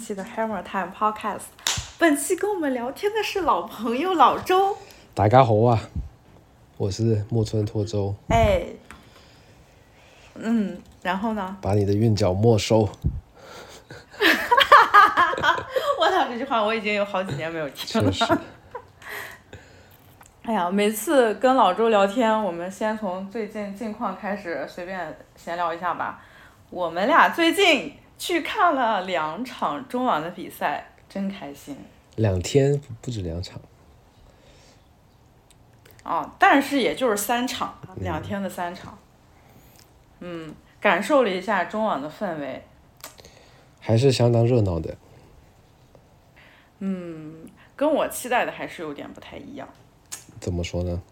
期的 Hammer Time Podcast。本期跟我们聊天的是老朋友老周。 大家好啊，我是木村拓周。 然后呢？ 把你的韵脚没收。 我操，这句话我已经有好几年没有听了。 确实。 哎呀，每次跟老周聊天，我们先从最近近况开始，随便闲聊一下吧。我们俩最近去看了2场中网的比赛，真开心。 2天不止2场。 但是也就是3场，2天的3场。感受了一下中网的氛围， 还是相当热闹的。 跟我期待的还是有点不太一样。 怎么说呢？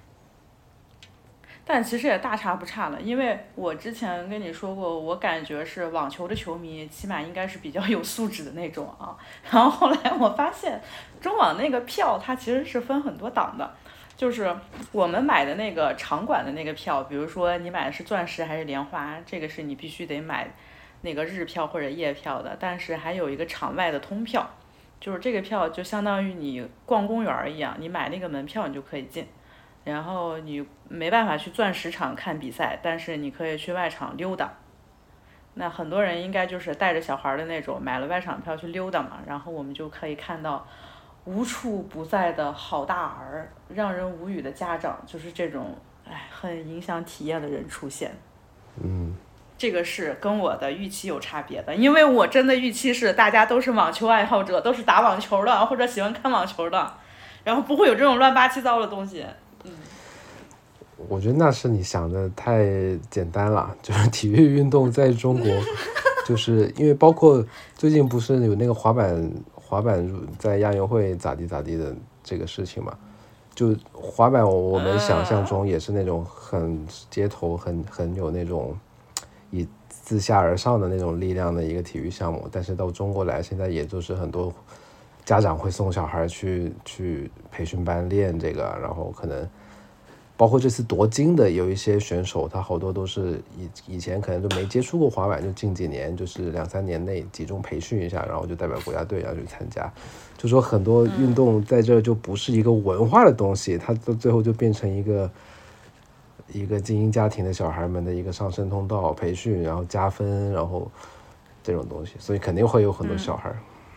但其实也大差不差了，因为我之前跟你说过，我感觉是网球的球迷起码应该是比较有素质的那种啊。然后后来我发现中网那个票它其实是分很多档的，就是我们买的那个场馆的那个票，比如说你买的是钻石还是莲花，这个是你必须得买那个日票或者夜票的。但是还有一个场外的通票，就是这个票就相当于你逛公园一样，你买那个门票你就可以进，然后你没办法去钻石场看比赛，但是你可以去外场溜达。那很多人应该就是带着小孩的那种，买了外场票去溜达嘛，然后我们就可以看到无处不在的好大儿，让人无语的家长，就是这种很影响体验的人出现。这个是跟我的预期有差别的，因为我真的预期是大家都是网球爱好者，都是打网球的或者喜欢看网球的，然后不会有这种乱八七糟的东西。 我觉得那是你想的太简单了，就是体育运动在中国，就是因为包括最近不是有那个滑板在亚运会咋地的这个事情嘛，就滑板我们想象中也是那种很街头很有那种以自下而上的那种力量的一个体育项目，但是到中国来现在也就是很多家长会送小孩去培训班练这个，然后可能包括这次夺金的有一些选手，他好多都是以前可能就没接触过滑板，就近几年就是2-3年内集中培训一下，然后就代表国家队要去参加。就说很多运动在这就不是一个文化的东西，它到最后就变成一个精英家庭的小孩们的一个上升通道，培训然后加分，然后这种东西，所以肯定会有很多小孩。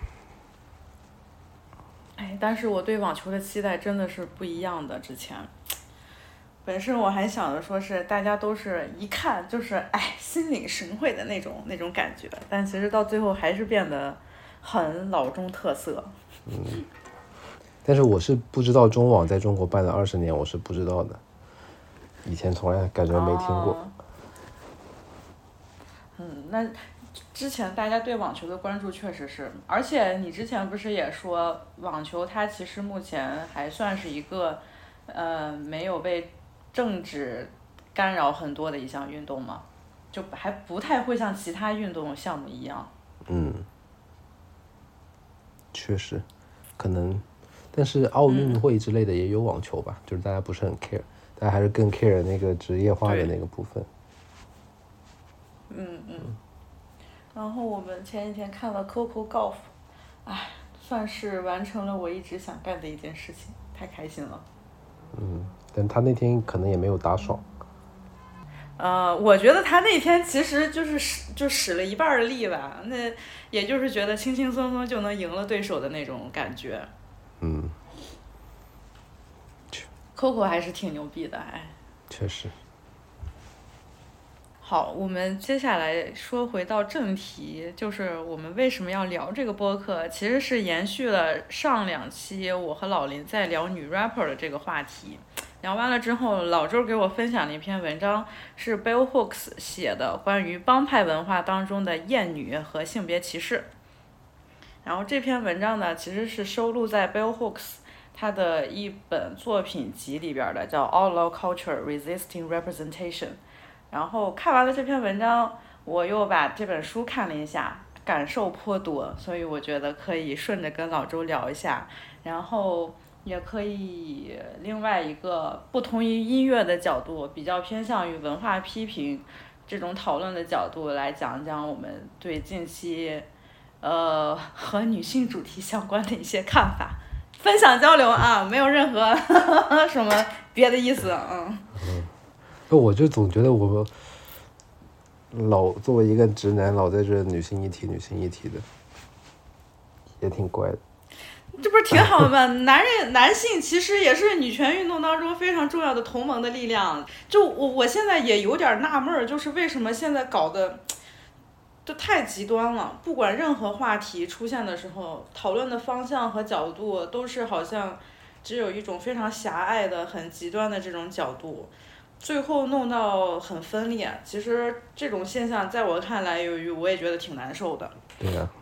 但是我对网球的期待真的是不一样的。之前本身我还想着说是大家都是一看就是心领神会的那种感觉，但其实到最后还是变得很老中特色。 但是我是不知道中网在中国办了20年，我是不知道的，以前从来感觉没听过。 那之前大家对网球的关注确实是，而且你之前不是也说网球它其实目前还算是一个没有被政治干扰很多的一项运动嘛，就还不太会像其他运动项目一样。 确实可能，但是奥运会之类的也有网球吧，就是大家不是很 care， 大家还是更 care 那个职业化的那个部分。 然后我们前几天看了 Coco Golf， 算是完成了我一直想干的一件事情，太开心了。 但他那天可能也没有打爽。 我觉得他那天其实就使了一半的力吧，那也就是觉得轻轻松松就能赢了对手的那种感觉。Coco 还是挺牛逼的， 确实。 好，我们接下来说回到正题，就是我们为什么要聊这个播客，其实是延续了上2期我和老林在聊女 rapper 的这个话题。聊完了之后，老周给我分享了一篇文章，是 Bell Hooks 写的，关于帮派文化当中的厌女和性别歧视。然后这篇文章呢，其实是收录在 Bell Hooks 他的一本作品集里边的，叫 Outlaw Culture Resisting Representation。然后看完了这篇文章，我又把这本书看了一下，感受颇多，所以我觉得可以顺着跟老周聊一下，然后也可以另外一个不同于音乐的角度，比较偏向于文化批评这种讨论的角度来讲讲我们对近期和女性主题相关的一些看法，分享交流啊，没有任何什么别的意思。 我就总觉得我老作为一个直男，老在这女性议题的，也挺怪的。 这不是挺好的吗？男性其实也是女权运动当中非常重要的同盟的力量。就我现在也有点纳闷，就是为什么现在搞的就太极端了？不管任何话题出现的时候，讨论的方向和角度都是好像只有一种非常狭隘的、很极端的这种角度，最后弄到很分裂。其实这种现象在我看来，我也觉得挺难受的。 对呀。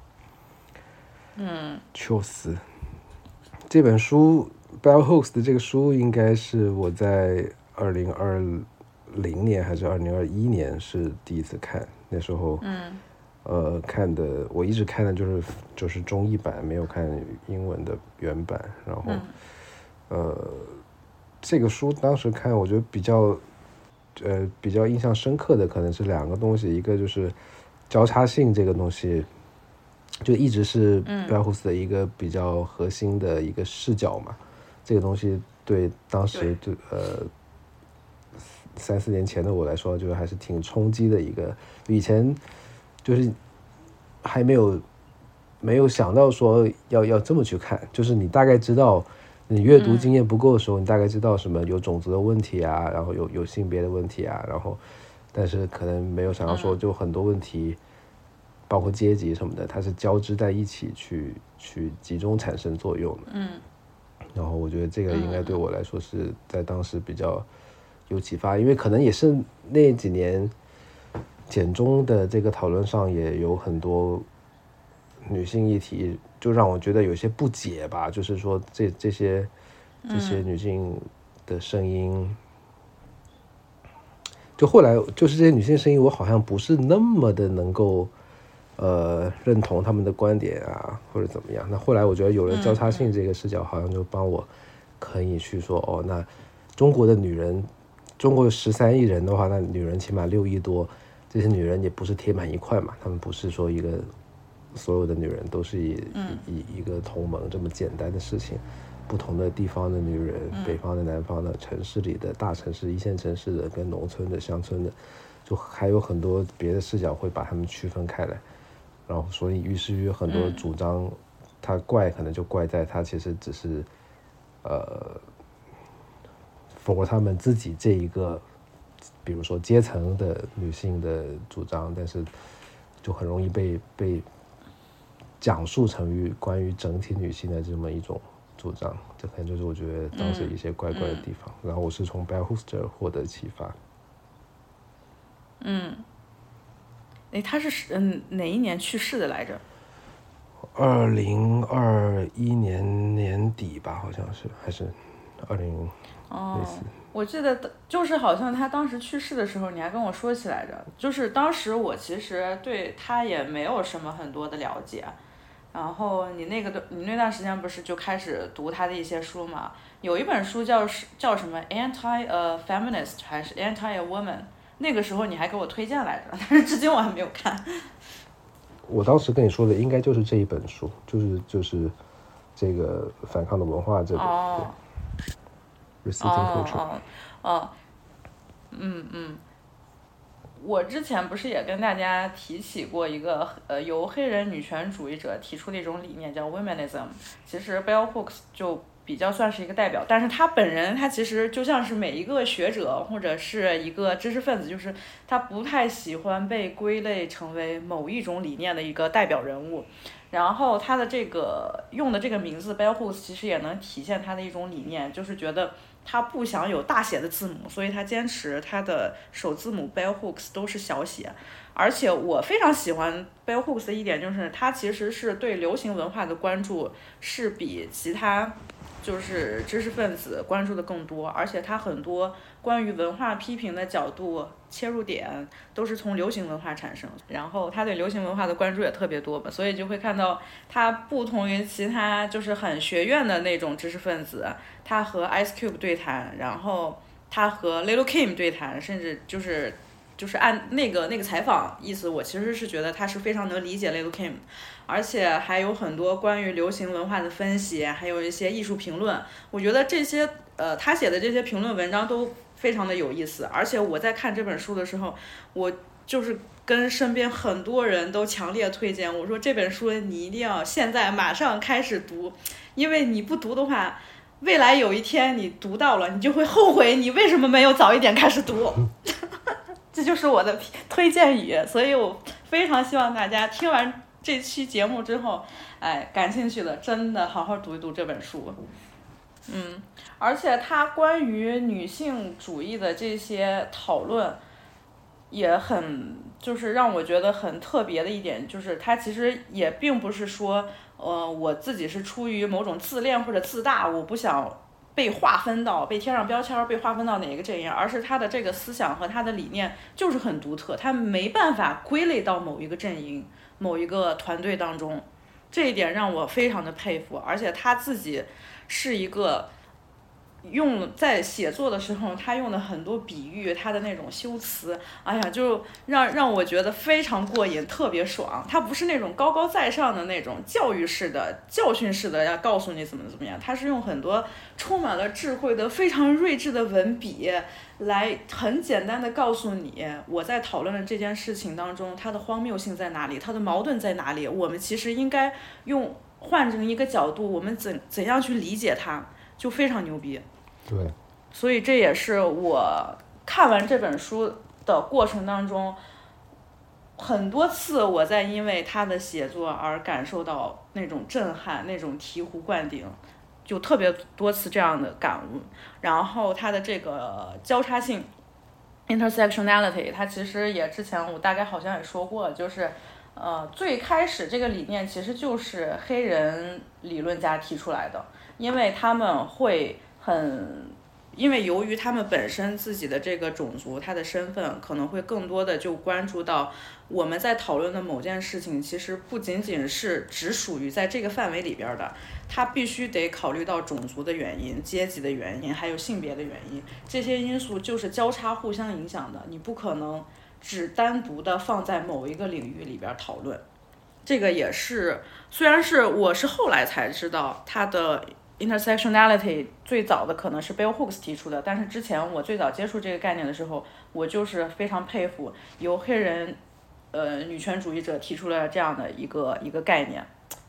确实，这本书 Bell Hooks 的这个书应该是我在2020年还是2021年是第一次看，那时候看的我一直看的就是中译版，没有看英文的原版。然后这个书当时看我觉得比较印象深刻的可能是两个东西，一个就是交叉性这个东西就一直是 Bell Hooks 的一个比较核心的一个视角嘛。这个东西对当时就3-4年前的我来说就还是挺冲击的一个，以前就是还没有想到说要这么去看，就是你大概知道你阅读经验不够的时候，你大概知道什么有种族的问题啊，然后有性别的问题啊，然后但是可能没有想到说就很多问题包括阶级什么的，它是交织在一起去集中产生作用的。然后我觉得这个应该对我来说是在当时比较有启发，因为可能也是那几年简中的这个讨论上也有很多女性议题，就让我觉得有些不解吧，就是说这些女性的声音，就后来就是这些女性声音，我好像不是那么的能够认同他们的观点啊，或者怎么样。那后来我觉得有了交叉性这个视角，好像就帮我可以去说那中国的女人，中国有13亿人的话，那女人起码6亿多，这些女人也不是铁板一块嘛，她们不是说一个所有的女人都是以一个同盟这么简单的事情。不同的地方的女人，北方的、南方的，城市里的、大城市、一线城市的，跟农村的、乡村的，就还有很多别的视角会把她们区分开来。然后所以于是于很多主张它怪可能就怪在它其实只是for他们自己这一个比如说阶层的女性的主张，但是就很容易被讲述成于关于整体女性的这么一种主张，这可能就是我觉得当时一些怪怪的地方。然后我是从 Bell Hooks 这获得启发。 他是哪一年去世的来着 ？2021年年底吧，好像是，还是类似。 我记得就是好像他当时去世的时候，你还跟我说起来着。就是当时我其实对他也没有什么很多的了解，然后你那段时间不是就开始读他的一些书嘛？有一本书叫什么 Anti a Feminist 还是 Anti a Woman？那个时候你还给我推荐来着，但是至今我还没有看。 我当时跟你说的应该就是这一本书，就是这个反抗的文化这个。Resisting Culture。 我之前不是也跟大家提起过一个由黑人女权主义者提出的一种理念叫 Womenism， 其实 Bell Hooks 就比较算是一个代表，但是他本人他其实就像是每一个学者或者是一个知识分子，就是他不太喜欢被归类成为某一种理念的一个代表人物。然后他的这个用的这个名字 Bell Hooks 其实也能体现他的一种理念，就是觉得他不想有大写的字母，所以他坚持他的首字母 Bell Hooks 都是小写。而且我非常喜欢 Bell Hooks 的一点就是他其实是对流行文化的关注是比其他就是知识分子关注的更多，而且他很多关于文化批评的角度切入点都是从流行文化产生，然后他对流行文化的关注也特别多吧，所以就会看到他不同于其他就是很学院的那种知识分子，他和 Ice Cube 对谈，然后他和 Lil' Kim 对谈，甚至就是就是按那个采访意思，我其实是觉得他是非常能理解 Lil Kim， 而且还有很多关于流行文化的分析，还有一些艺术评论。我觉得这些他写的这些评论文章都非常的有意思。而且我在看这本书的时候，我就是跟身边很多人都强烈推荐，我说这本书你一定要现在马上开始读，因为你不读的话，未来有一天你读到了，你就会后悔你为什么没有早一点开始读。这就是我的推荐语，所以我非常希望大家听完这期节目之后，感兴趣的真的好好读一读这本书。而且它关于女性主义的这些讨论也很，就是让我觉得很特别的一点，就是它其实也并不是说我自己是出于某种自恋或者自大，我不想被划分到，被贴上标签，被划分到哪一个阵营，而是他的这个思想和他的理念就是很独特，他没办法归类到某一个阵营、某一个团队当中，这一点让我非常的佩服。而且他自己是一个在写作的时候，他用的很多比喻，他的那种修辞，哎呀，就让我觉得非常过瘾，特别爽。他不是那种高高在上的那种教育式的、教训式的要告诉你怎么样，他是用很多充满了智慧的、非常睿智的文笔，来很简单的告诉你，我在讨论的这件事情当中，它的荒谬性在哪里，它的矛盾在哪里，我们其实应该换成一个角度，我们怎样去理解它。就非常牛逼。 对， 所以这也是我看完这本书的过程当中，很多次我在因为他的写作而感受到那种震撼，那种醍醐灌顶，就特别多次这样的感悟。然后他的这个交叉性 intersectionality， 它其实也之前我大概好像也说过，就是最开始这个理念其实就是黑人理论家提出来的，因为他们会因为由于他们本身自己的这个种族，他的身份可能会更多的就关注到我们在讨论的某件事情，其实不仅仅是只属于在这个范围里边的，它必须得考虑到种族的原因、阶级的原因，还有性别的原因，这些因素就是交叉互相影响的，你不可能只单独的放在某一个领域里边讨论。这个也是，虽然我是后来才知道它的 intersectionality 最早的可能是 Bell Hooks 提出的，但是之前我最早接触这个概念的时候，我就是非常佩服由黑人女权主义者提出了这样的一个概念。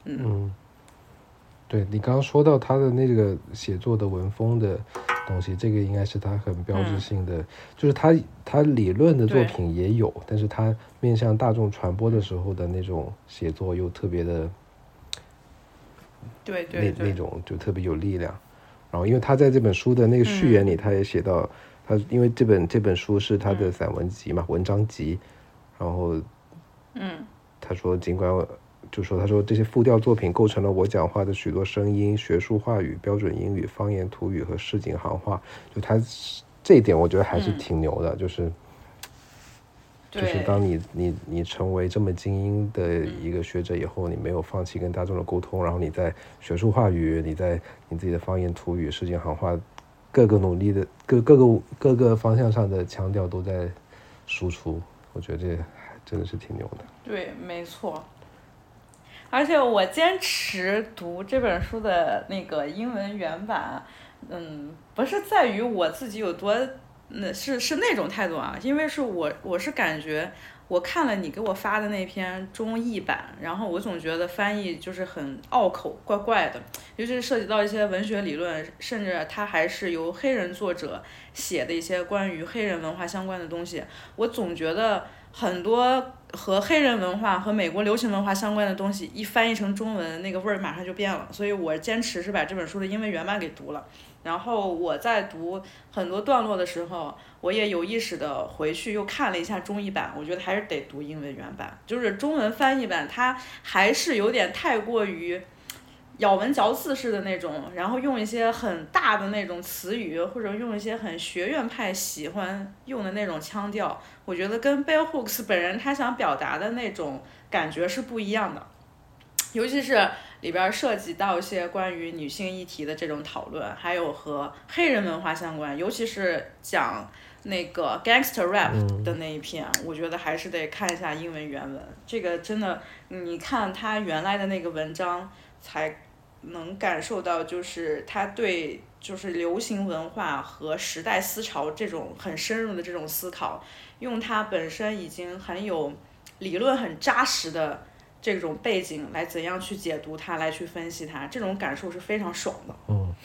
对，你刚刚说到他的那个写作的文风的东西，这个应该是他很标志性的，就是他理论的作品也有，但是他面向大众传播的时候的那种写作又特别的， 对， 那种就特别有力量。然后因为他在这本书的那个序言里，他也写到他因为这本书是他的散文集嘛，文章集，然后他说他说这些复调作品构成了我讲话的许多声音、学术话语、标准英语、方言土语和市井行话。就他这一点，我觉得还是挺牛的，就是当你成为这么精英的一个学者以后，你没有放弃跟大众的沟通，然后你在学术话语，你在你自己的方言土语、市井行话各个努力的各个方向上的强调都在输出，我觉得这真的是挺牛的。 对，没错。而且我坚持读这本书的那个英文原版，不是在于我自己有多，是那种态度啊，因为我是感觉我看了你给我发的那篇中译版，然后我总觉得翻译就是很拗口，怪怪的，尤其是涉及到一些文学理论，甚至它还是由黑人作者写的一些关于黑人文化相关的东西，我总觉得很多和黑人文化和美国流行文化相关的东西一翻译成中文，那个味儿马上就变了，所以我坚持是把这本书的英文原版给读了。然后我在读很多段落的时候，我也有意识的回去又看了一下中译版，我觉得还是得读英文原版，就是中文翻译版它还是有点太过于咬文嚼字式的那种，然后用一些很大的那种词语，或者用一些很学院派喜欢用的那种腔调，我觉得跟 Bell Hooks 本人他想表达的那种感觉是不一样的。尤其是里边涉及到一些关于女性议题的这种讨论，还有和黑人文化相关，尤其是讲那个 gangster rap 的那一篇，我觉得还是得看一下英文原文。这个真的，你看他原来的那个文章，才能感受到，就是他对就是流行文化和时代思潮这种很深入的这种思考，用他本身已经很有理论很扎实的这种背景来怎样去解读它，来去分析它，这种感受是非常爽的。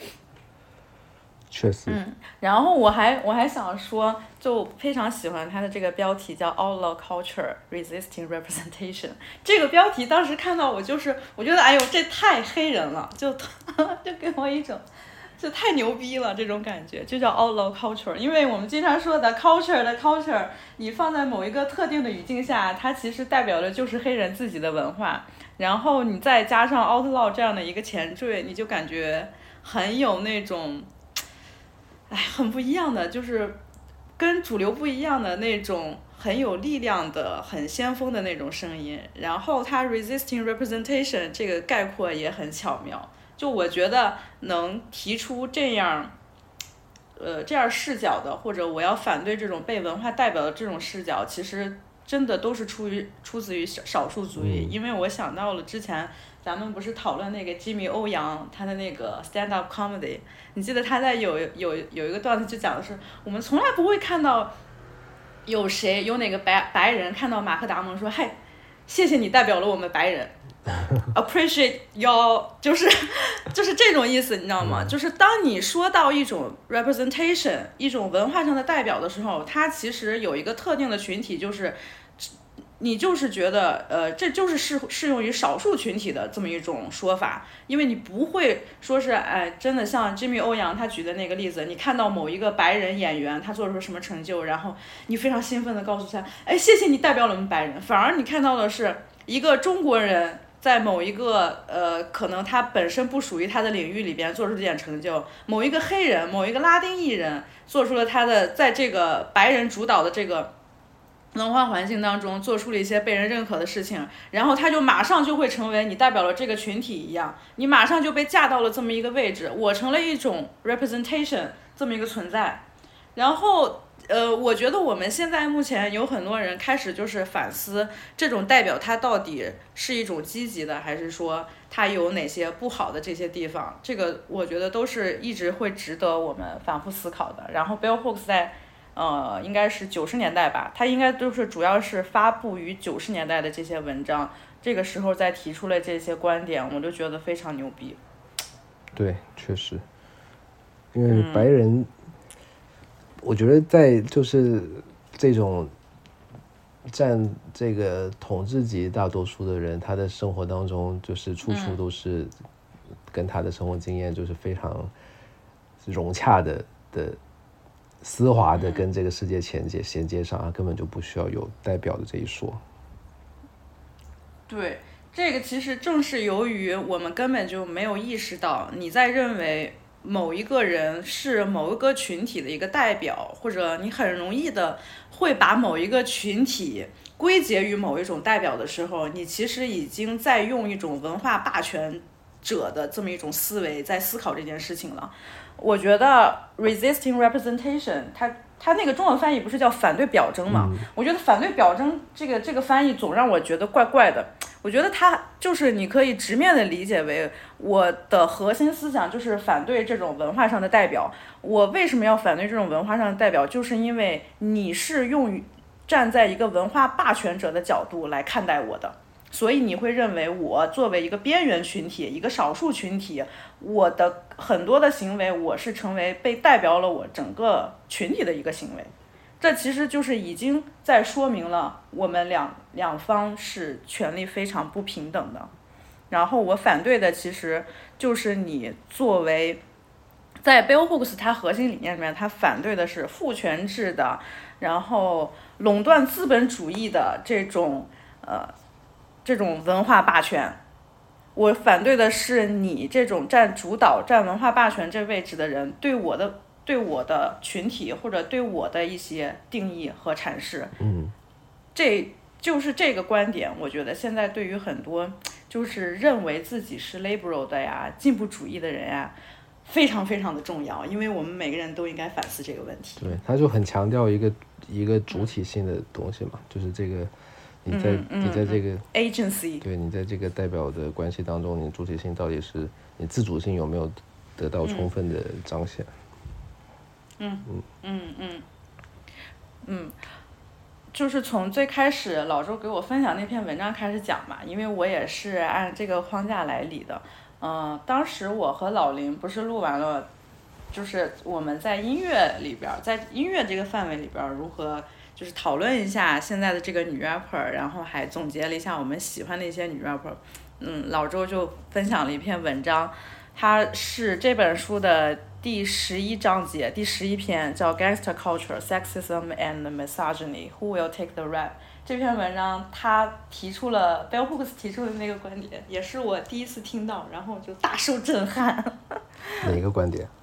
确实。 然后我还想说，就非常喜欢它的这个标题叫 Outlaw Culture Resisting Representation。这个标题当时看到我觉得哎呦这太黑人了，就给我一种就太牛逼了这种感觉，就叫 Outlaw Culture。因为我们经常说的 culture， 你放在某一个特定的语境下，它其实代表的就是黑人自己的文化，然后你再加上 Outlaw 这样的一个前缀，你就感觉很有那种很不一样的，就是跟主流不一样的那种很有力量的很先锋的那种声音。然后它 resisting representation 这个概括也很巧妙，就我觉得能提出这样视角的，或者我要反对这种被文化代表的这种视角，其实真的都是出自于少数族裔。因为我想到了之前咱们不是讨论那个吉米欧阳他的那个 stand up comedy， 你记得他在有一个段子就讲的是，我们从来不会看到有哪个白人看到马克达蒙说，嘿，谢谢你代表了我们白人appreciate your 就是这种意思，你知道吗？就是当你说到一种 representation 一种文化上的代表的时候，它其实有一个特定的群体，就是你就是觉得这就是适用于少数群体的这么一种说法。因为你不会说是真的像 Jimmy 欧阳他举的那个例子，你看到某一个白人演员他做出什么成就，然后你非常兴奋的告诉他，谢谢你代表了我们白人。反而你看到的是一个中国人在某一个可能他本身不属于他的领域里边做出这点成就，某一个黑人某一个拉丁裔人做出了他的在这个白人主导的这个文化环境当中做出了一些被人认可的事情，然后他就马上就会成为你代表了这个群体一样，你马上就被架到了这么一个位置，我成了一种 representation 这么一个存在。然后我觉得我们现在目前有很多人开始就是反思这种代表它到底是一种积极的，还是说它有哪些不好的这些地方，这个我觉得都是一直会值得我们反复思考的。然后 Bell Hooks 在应该是90年代吧，他应该都是主要是发布于90年代的这些文章，这个时候再提出了这些观点，我就觉得非常牛逼。 对，确实，因为白人，我觉得在就是这种占这个统治级大多数的人，他的生活当中就是处处都是跟他的生活经验就是非常融洽的丝滑的跟这个世界衔接上，根本就不需要有代表的这一说。 对，这个其实正是由于我们根本就没有意识到，你在认为某一个人是某一个群体的一个代表，或者你很容易的会把某一个群体归结于某一种代表的时候，你其实已经在用一种文化霸权者的这么一种思维在思考这件事情了。我觉得 resisting representation 它那个中文翻译不是叫反对表征吗？我觉得反对表征这个翻译总让我觉得怪怪的。我觉得它就是你可以直面的理解为，我的核心思想就是反对这种文化上的代表。我为什么要反对这种文化上的代表？就是因为你是站在一个文化霸权者的角度来看待我的，所以你会认为我作为一个边缘群体，一个少数群体，我的很多的行为，我是成为被代表了我整个群体的一个行为。这其实就是已经在说明了我们两方是权力非常不平等的。然后我反对的其实就是你作为在 Bell Hooks 它核心理念里面，它反对的是父权制的，然后垄断资本主义的这种文化霸权。我反对的是你这种占主导、占文化霸权这位置的人对我的群体或者对我的一些定义和阐释。这就是这个观点，我觉得现在对于很多就是认为自己是 liberal 的呀、进步主义的人呀，非常非常的重要，因为我们每个人都应该反思这个问题。 对，他就很强调一个主体性的东西嘛，就是这个你在这个 agency， 对，你在这个代表的关系当中，你主体性到底是你自主性有没有得到充分的彰显？ 就是从最开始老周给我分享那篇文章开始讲嘛，因为我也是按这个框架来理的。当时我和老林不是录完了，就是我们在音乐里边，在音乐这个范围里边如何就是讨论一下现在的这个女 rapper， 然后还总结了一下我们喜欢的一些女 rapper。老周就分享了一篇文章，它是这本书的第11章节第11篇，叫 Gangster Culture, Sexism and Misogyny, Who Will Take the Rap。 这篇文章他提出了 Bell Hooks 提出的那个观点，也是我第一次听到，然后就大受震撼。 哪个观点？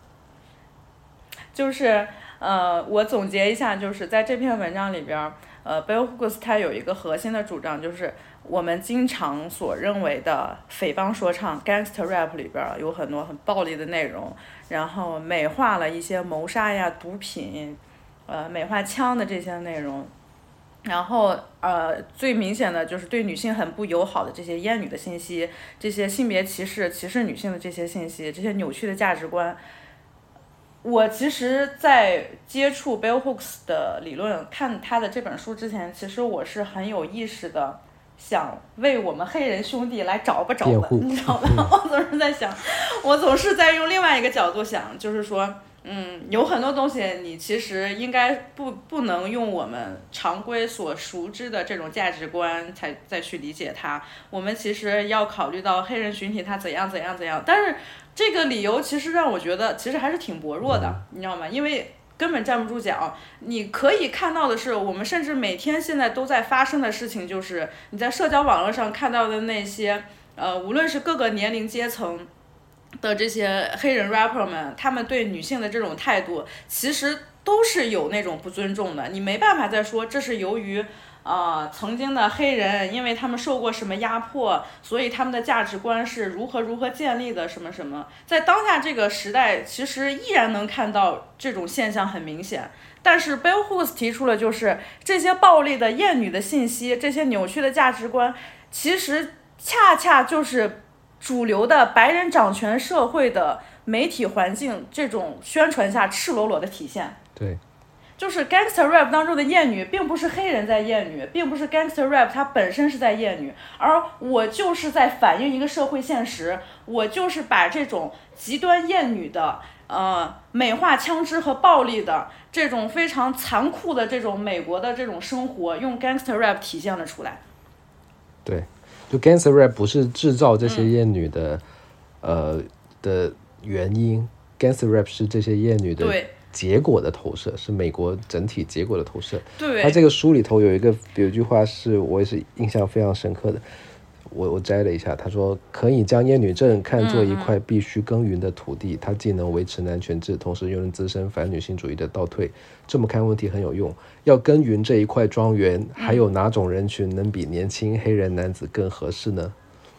就是我总结一下，就是在这篇文章里边Bell Hooks 他有一个核心的主张，就是我们经常所认为的匪帮说唱 Gangster Rap 里边有很多很暴力的内容，然后美化了一些谋杀呀、毒品，美化枪的这些内容，然后最明显的就是对女性很不友好的这些厌女的信息，这些性别歧视女性的这些信息，这些扭曲的价值观。我其实在接触 Bell Hooks 的理论，看他的这本书之前，其实我是很有意识的想为我们黑人兄弟来找吧，你知道吗？我总是在想，我总是在用另外一个角度想，就是说有很多东西你其实应该不能用我们常规所熟知的这种价值观再去理解它，我们其实要考虑到黑人群体他怎样，但是这个理由其实让我觉得其实还是挺薄弱的，你知道吗？因为根本站不住脚。你可以看到的是，我们甚至每天现在都在发生的事情，就是你在社交网络上看到的那些无论是各个年龄阶层的这些黑人 rapper 们，他们对女性的这种态度其实都是有那种不尊重的。你没办法再说这是由于曾经的黑人因为他们受过什么压迫，所以他们的价值观是如何建立的什么什么。在当下这个时代其实依然能看到这种现象很明显，但是 Bell Hooks 提出了就是这些暴力的厌女的信息，这些扭曲的价值观其实恰恰就是主流的白人掌权社会的媒体环境这种宣传下赤裸裸的体现。 对， 就是 Gangster Rap 当中的厌女并不是黑人在厌女，并不是 Gangster Rap 它本身是在厌女，而我就是在反映一个社会现实，我就是把这种极端厌女的美化枪支和暴力的这种非常残酷的这种美国的这种生活用 Gangster Rap 体现了出来。 对，就 Gangster Rap 不是制造这些厌女的的原因， Gangster Rap 是这些厌女的结果的投射，是美国整体结果的投射。 对， 他这个书里头有一句话是我也是印象非常深刻的，我摘了一下，他说可以将厌女症看作一块必须耕耘的土地，它既能维持男权制，同时又能滋生反女性主义的倒退，这么看问题很有用。要耕耘这一块庄园，还有哪种人群能比年轻黑人男子更合适呢？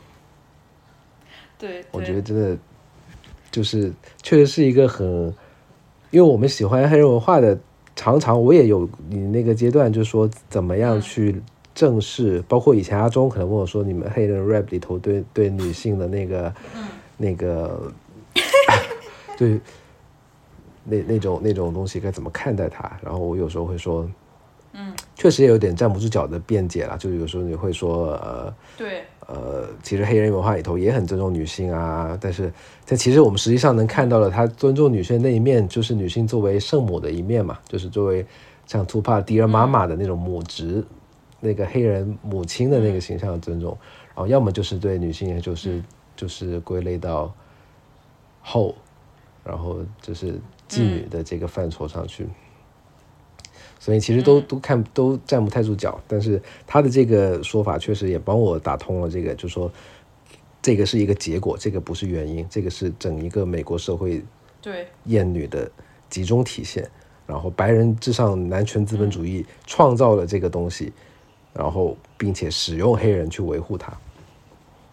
对， 我觉得真的就是确实是一个很，因为我们喜欢黑人文化的，常常我也有你那个阶段，就是说怎么样去正视，包括以前阿忠可能问我说，你们黑人 rap 里头对女性的那个对那种东西该怎么看待它，然后我有时候会说，确实也有点站不住脚的辩解啦，就有时候你会说对， 其实黑人文化里头也很尊重女性啊，但其实我们实际上能看到的，他尊重女性那一面，就是女性作为圣母的一面嘛，就是作为像图帕迪尔妈妈的那种母职，那个黑人母亲的那个形象的尊重，然后要么就是对女性，也就是归类到后，然后就是妓女的这个范畴上去。所以其实都站不太住脚，但是他的这个说法确实也帮我打通了这个，就是说这个是一个结果，这个不是原因，这个是整一个美国社会厌女的集中体现，然后白人至上男权资本主义创造了这个东西，然后并且使用黑人去维护它。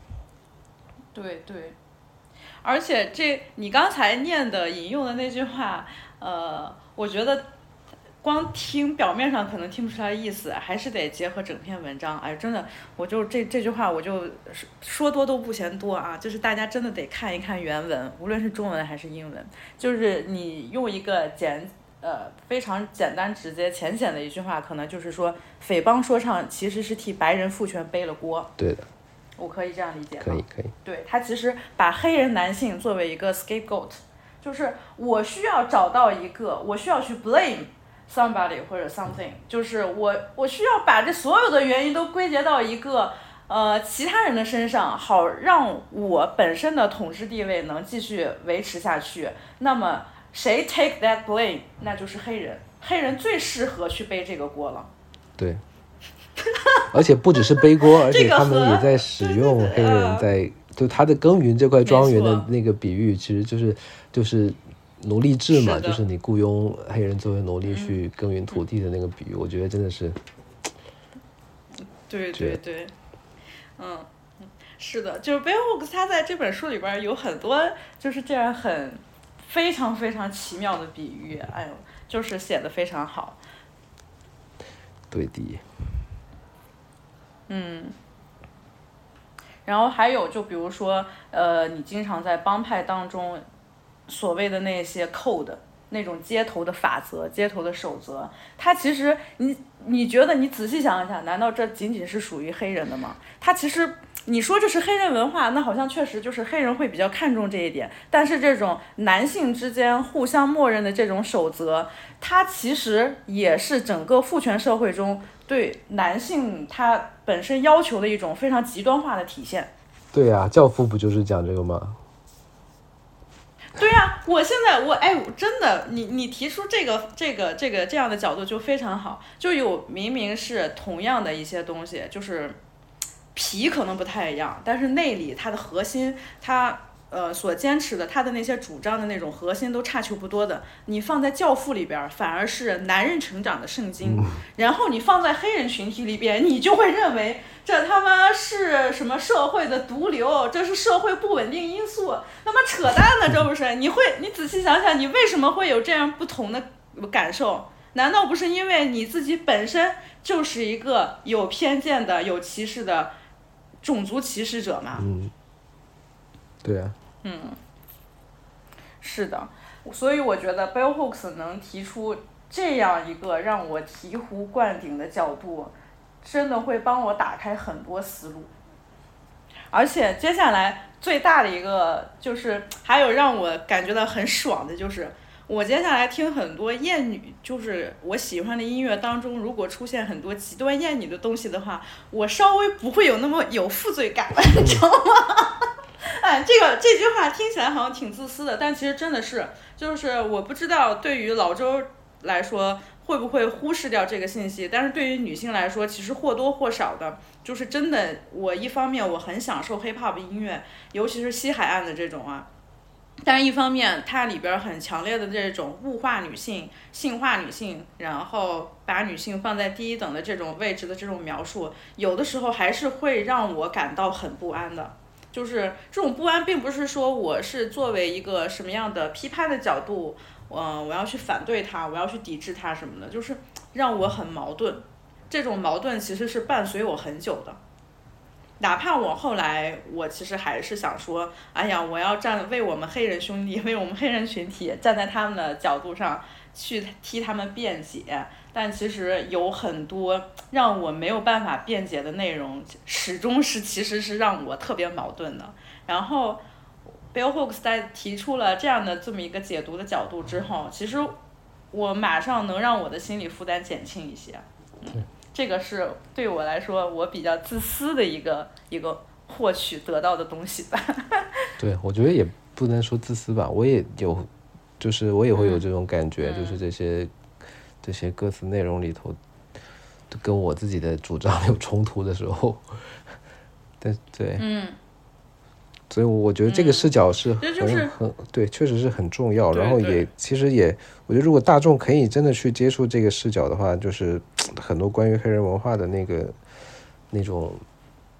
对对，而且你刚才念的引用的那句话，我觉得光听表面上可能听不出来意思，还是得结合整篇文章。哎，真的，我就这句话我就说多都不嫌多啊，就是大家真的得看一看原文，无论是中文还是英文，就是你用一个非常简单直接浅显的一句话，可能就是说匪帮说唱其实是替白人父权背了锅。 对的， 我可以这样理解吗？ 可以。 对，他其实把黑人男性作为一个 scapegoat， 就是我需要找到一个，我需要去 blame somebody 或者 something， 就是我需要把这所有的原因都归结到一个其他人的身上，好让我本身的统治地位能继续维持下去。那么谁 take that blame， 那就是黑人，黑人最适合去背这个锅了。 对。而且不只是背锅，而且他们也在使用黑人在就他的耕耘这块庄园的那个比喻，其实就是奴隶制嘛，就是你雇佣黑人作为奴隶去耕耘土地的那个比喻，我觉得真的是， 对，是的，就是 Bell Hooks 他在这本书里边有很多就是这样非常非常奇妙的比喻，哎呦，就是写的非常好。 对的。 然后还有就比如说你经常在帮派当中所谓的那些 code， 那种街头的法则、街头的守则，它其实你觉得你仔细想一想，难道这仅仅是属于黑人的吗？它其实你说这是黑人文化，那好像确实就是黑人会比较看重这一点，但是这种男性之间互相默认的这种守则，它其实也是整个父权社会中对男性他本身要求的一种非常极端化的体现。 对啊，教父不就是讲这个吗？ 对啊，我现在真的，你提出这样的角度就非常好，就明明是同样的一些东西，就是皮可能不太一样，但是内里它的核心，它所坚持的他的那些主张的那种核心都差球不多的，你放在教父里边反而是男人成长的圣经，然后你放在黑人群体里边，你就会认为这他妈是什么社会的毒瘤，这是社会不稳定因素，他妈扯淡呢，这不是？你仔细想想，你为什么会有这样不同的感受？难道不是因为你自己本身就是一个有偏见的、有歧视的种族歧视者吗？ 对啊。 是的，所以我觉得 Bell Hooks 能提出这样一个让我醍醐灌顶的角度，真的会帮我打开很多思路。而且接下来最大的一个就是还有让我感觉到很爽的就是我接下来听很多厌女，就是我喜欢的音乐当中，如果出现很多极端厌女的东西的话，我稍微不会有那么有负罪感了，你知道吗？哎，这句话听起来好像挺自私的，但其实真的是，就是我不知道对于老周来说会不会忽视掉这个信息，但是对于女性来说，其实或多或少的，就是真的，我一方面我很享受 hip hop 音乐，尤其是西海岸的这种啊。但是一方面它里边很强烈的这种物化女性、性化女性，然后把女性放在第一等的这种位置的这种描述，有的时候还是会让我感到很不安的。就是这种不安并不是说我是作为一个什么样的批判的角度，我要去反对它，我要去抵制它什么的，就是让我很矛盾。这种矛盾其实是伴随我很久的。哪怕我后来我其实还是想说，哎呀，我要为我们黑人兄弟，为我们黑人群体站在他们的角度上去替他们辩解，但其实有很多让我没有办法辩解的内容，始终其实是让我特别矛盾的。然后 Bell Hooks 在提出了这么一个解读的角度之后，其实我马上能让我的心理负担减轻一些。这个是对我来说我比较自私的一个获取得到的东西吧。 对，我觉得也不能说自私吧，我也会有这种感觉，就是这些歌词内容里头跟我自己的主张有冲突的时候，但对，所以我觉得这个视角是很对，确实是很重要。然后其实我觉得如果大众可以真的去接触这个视角的话，就是很多关于黑人文化的那种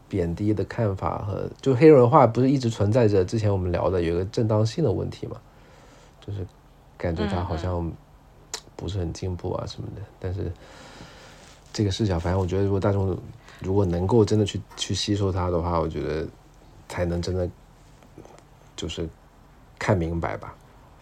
贬低的看法和就黑人文化不是一直存在着之前我们聊的有一个正当性的问题嘛，就是感觉它好像不是很进步啊什么的，但是这个视角，反正我觉得如果大众如果能够真的去吸收它的话，我觉得才能真的就是看明白吧。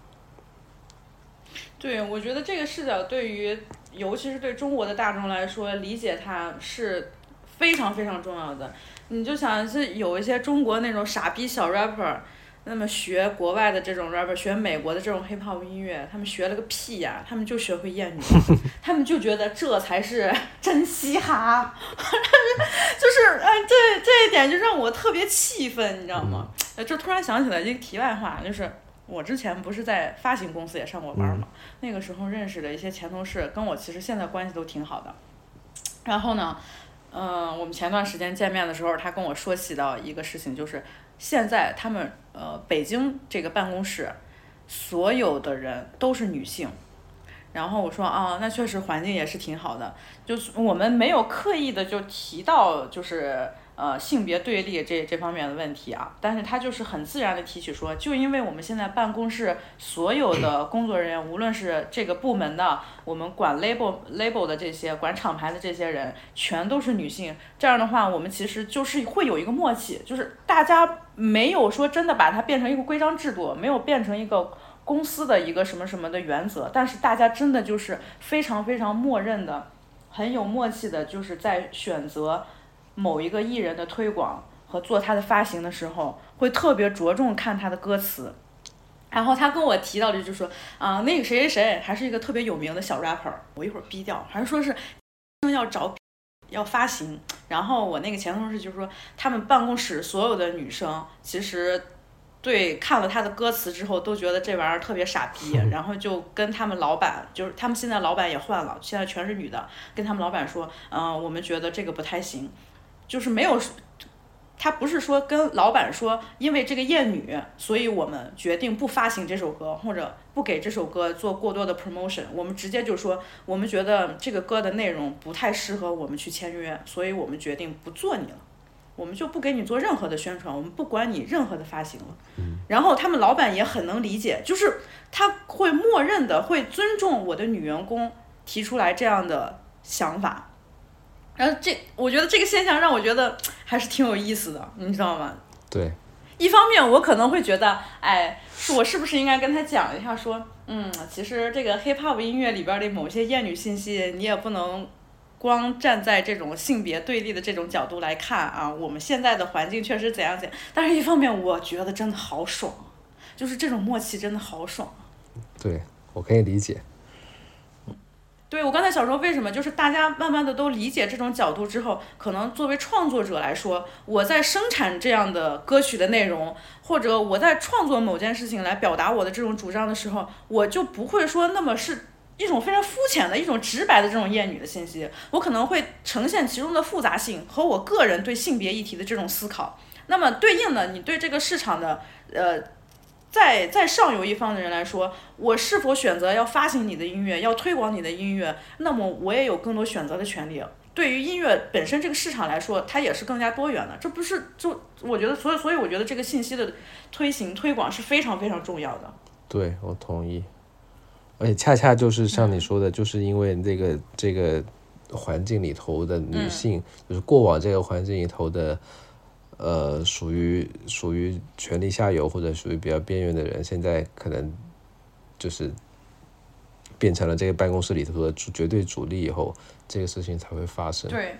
对，我觉得这个视角对于尤其是对中国的大众来说，理解它是非常非常重要的。你就想是有一些中国那种傻逼小 rapper， 那么学国外的这种 rapper， 学美国的这种 hip hop 音乐，他们学了个屁呀！他们就学会艳女，他们就觉得这才是真嘻哈，就是这一点就让我特别气愤，你知道吗？就突然想起来一个题外话，就是我之前不是在发行公司也上过班嘛，那个时候认识的一些前同事，跟我其实现在关系都挺好的。然后呢，我们前段时间见面的时候，他跟我说起到一个事情，就是现在他们北京这个办公室所有的人都是女性。然后我说啊，那确实环境也是挺好的，就是我们没有刻意的就提到就是性别对立这方面的问题啊，但是他就是很自然的提起说，就因为我们现在办公室所有的工作人员，无论是这个部门的，我们管 label 的这些，管厂牌的这些人，全都是女性，这样的话，我们其实就是会有一个默契，就是大家没有说真的把它变成一个规章制度，没有变成一个公司的一个什么什么的原则，但是大家真的就是非常非常默认的，很有默契的，就是在选择某一个艺人的推广和做他的发行的时候，会特别着重看他的歌词。然后他跟我提到的就是说那个谁谁谁还是一个特别有名的小 rapper， 我一会儿逼掉，还是说是要发行。然后我那个前同事就说，他们办公室所有的女生其实对看了他的歌词之后都觉得这玩意儿特别傻逼，然后就跟他们老板，就是他们现在老板也换了，现在全是女的，跟他们老板说我们觉得这个不太行，就是没有，他不是说跟老板说因为这个艳女所以我们决定不发行这首歌，或者不给这首歌做过多的 promotion， 我们直接就说我们觉得这个歌的内容不太适合我们去签约，所以我们决定不做你了，我们就不给你做任何的宣传，我们不管你任何的发行了。然后他们老板也很能理解，就是他会默认的会尊重我的女员工提出来这样的想法。然后我觉得这个现象让我觉得还是挺有意思的，你知道吗？ 对。 一方面我可能会觉得，我是不是应该跟他讲一下说，其实这个 hip hop 音乐里边的某些艳女信息，你也不能光站在这种性别对立的这种角度来看啊，我们现在的环境确实怎样怎样。但是一方面我觉得真的好爽，就是这种默契真的好爽。 对，我可以理解。 对，我刚才想说为什么，就是大家慢慢的都理解这种角度之后，可能作为创作者来说，我在生产这样的歌曲的内容，或者我在创作某件事情来表达我的这种主张的时候，我就不会说那么是一种非常肤浅的一种直白的这种艳女的信息，我可能会呈现其中的复杂性和我个人对性别议题的这种思考。那么对应的，你对这个市场的在上游一方的人来说，我是否选择要发行你的音乐，要推广你的音乐，那么我也有更多选择的权利。对于音乐本身这个市场来说，它也是更加多元的。这不是就我觉得，所以我觉得这个信息的推广是非常非常重要的。 对，我同意。而且恰恰就是像你说的，就是因为这个环境里头的女性，就是过往这个环境里头的。属于权力下游或者属于比较边缘的人，现在可能就是变成了这个办公室里头的绝对主力以后，这个事情才会发生。 对，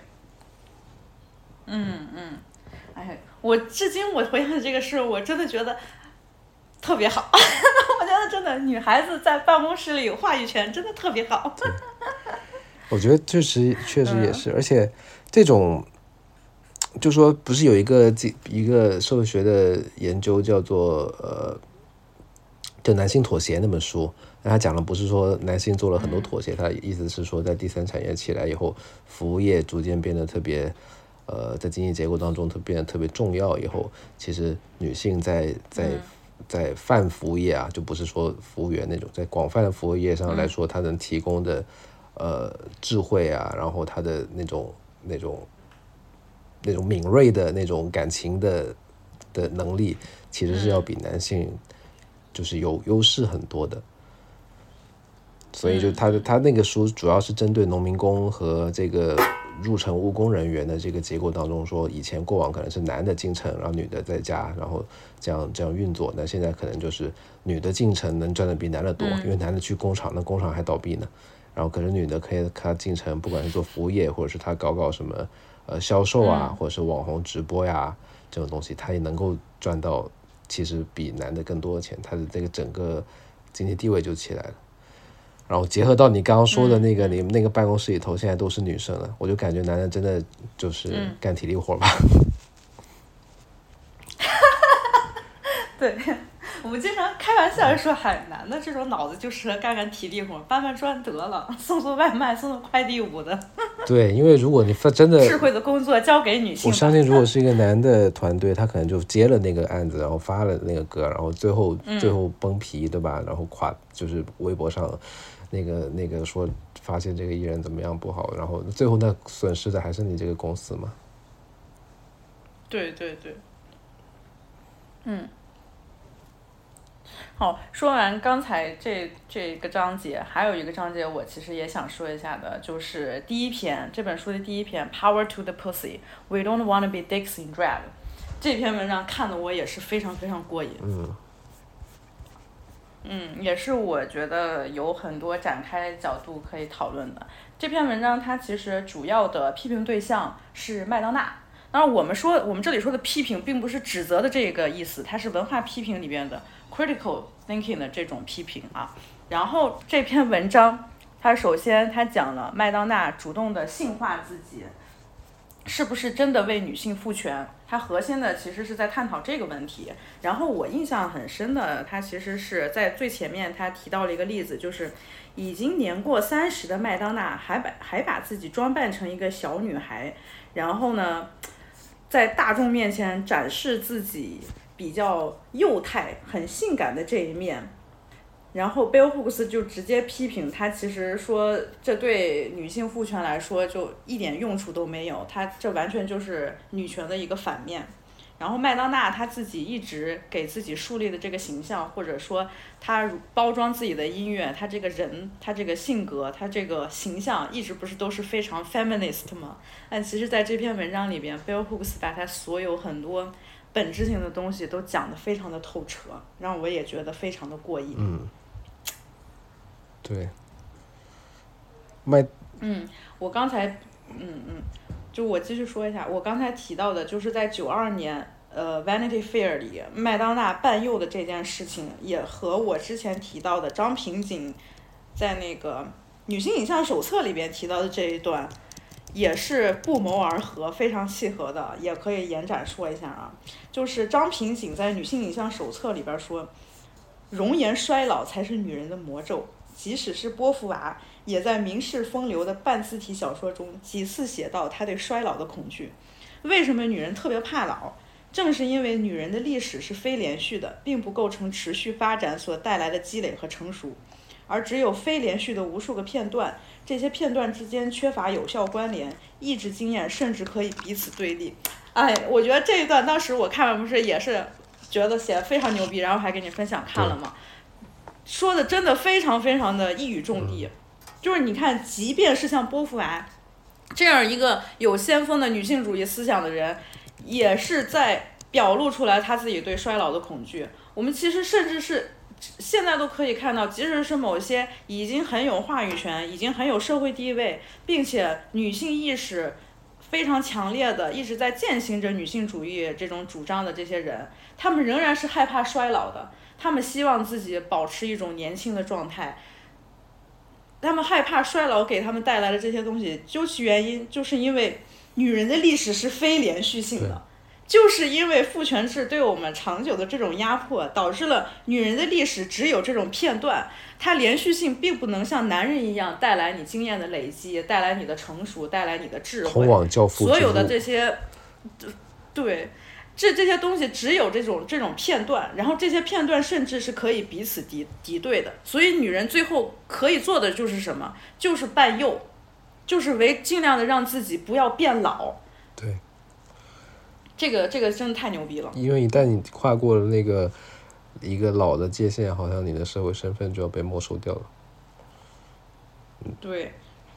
我至今我回想起这个事，我真的觉得特别好。我觉得真的女孩子在办公室里有话语权，真的特别好。 我觉得确实也是，而且这种。就说不是有一个社会学的研究叫做就男性妥协那本书，那他讲的不是说男性做了很多妥协，他意思是说在第三产业起来以后，服务业逐渐变得特别在经济结构当中变得特别重要以后，其实女性在泛服务业啊，就不是说服务员那种，在广泛的服务业上来说，它能提供的智慧啊，然后它的那种那种敏锐的那种感情的能力，其实是要比男性就是有优势很多的。所以就他那个书主要是针对农民工和这个入城务工人员的这个结构当中说，以前过往可能是男的进城，然后女的在家，然后这样运作。那现在可能就是女的进城能赚的比男的多，因为男的去工厂，那工厂还倒闭呢。然后可是女的可以她进城，不管是做服务业，或者是她搞什么销售啊，或者是网红直播呀这种东西，她也能够赚到其实比男的更多的钱，她的这个整个经济地位就起来了。然后结合到你刚刚说的那个，你们那个办公室里头现在都是女生了，我就感觉男人真的就是干体力活吧。 对，我们经常开玩笑说，男的这种脑子就适合干体力活，搬砖得了，送外卖、送快递务的。 对，因为如果你真的智慧的工作交给女性， 我相信如果是一个男的团队，他可能就接了那个案子，然后发了那个歌，然后最后崩皮，对吧？然后就是微博上那个说发现这个艺人怎么样不好，然后最后那损失的还是你这个公司嘛。 对，好，说完刚才这个章节，还有一个章节我其实也想说一下的，就是这本书的第一篇 Power to the Pussy We don't want to be dicks in drag 这篇文章看的我也是非常非常过瘾。也是我觉得有很多展开角度可以讨论的。这篇文章它其实主要的批评对象是麦当娜。当然我们这里说的批评并不是指责的这个意思，它是文化批评里边的 critical thinking 的这种批评啊。然后这篇文章它首先它讲了麦当娜主动的性化自己是不是真的为女性赋权，它核心的其实是在探讨这个问题。然后我印象很深的，它其实是在最前面他提到了一个例子，就是已经年过30的麦当娜还把自己装扮成一个小女孩，然后呢在大众面前展示自己比较幼态很性感的这一面。然后 Bell Hooks 就直接批评他，其实说这对女性赋权来说就一点用处都没有，他这完全就是女权的一个反面。然后麦当娜她自己一直给自己树立的这个形象，或者说她包装自己的音乐，她这个人，她这个性格，她这个形象一直不是都是非常 feminist 吗？但其实在这篇文章里边 Bell Hooks 把她所有很多本质性的东西都讲得非常的透彻，让我也觉得非常的过瘾。 对， 我刚才，就我继续说一下，我刚才提到的就是在92年Vanity Fair 里麦当娜扮幼的这件事情，也和我之前提到的张平锦在那个女性影像手册里边提到的这一段也是不谋而合，非常契合的，也可以延展说一下啊。就是张平锦在女性影像手册里边说，容颜衰老才是女人的魔咒，即使是波伏娃也在名士风流的半字体小说中几次写到她对衰老的恐惧。为什么女人特别怕老？正是因为女人的历史是非连续的，并不构成持续发展所带来的积累和成熟，而只有非连续的无数个片段，这些片段之间缺乏有效关联，意志经验甚至可以彼此对立。我觉得这一段当时我看完不是也是觉得写得非常牛逼，然后还给你分享看了嘛，说的真的非常非常的一语中的。就是你看，即便是像波伏娃这样一个有先锋的女性主义思想的人，也是在表露出来她自己对衰老的恐惧。我们其实甚至是现在都可以看到，即使是某些已经很有话语权，已经很有社会地位，并且女性意识非常强烈的一直在践行着女性主义这种主张的这些人，他们仍然是害怕衰老的，他们希望自己保持一种年轻的状态，他们害怕衰老给他们带来的这些东西，究其原因就是因为女人的历史是非连续性的，就是因为父权制对我们长久的这种压迫，导致了女人的历史只有这种片段，它连续性并不能像男人一样带来你经验的累积，带来你的成熟，带来你的智慧， 通往教父之路， 所有的这些，对，这些东西只有这种片段，然后这些片段甚至是可以彼此敌对的。所以女人最后可以做的就是什么？就是扮幼，就是尽量的让自己不要变老。 对， 这个真的太牛逼了。 因为一旦你跨过了那个一个老的界限，好像你的社会身份就要被没收掉了。 对。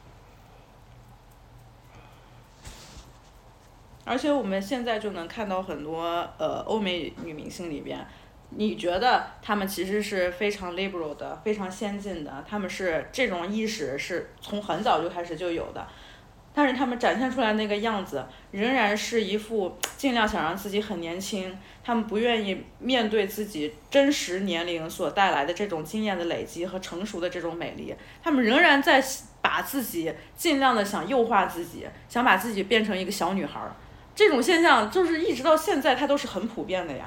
而且我们现在就能看到很多欧美女明星里边，你觉得她们其实是非常 liberal 的，非常先进的，她们是这种意识是从很早就开始就有的，但是她们展现出来那个样子，仍然是一副尽量想让自己很年轻，她们不愿意面对自己真实年龄所带来的这种经验的累积和成熟的这种美丽，她们仍然在把自己尽量的想优化自己，想把自己变成一个小女孩。这种现象就是一直到现在它都是很普遍的呀。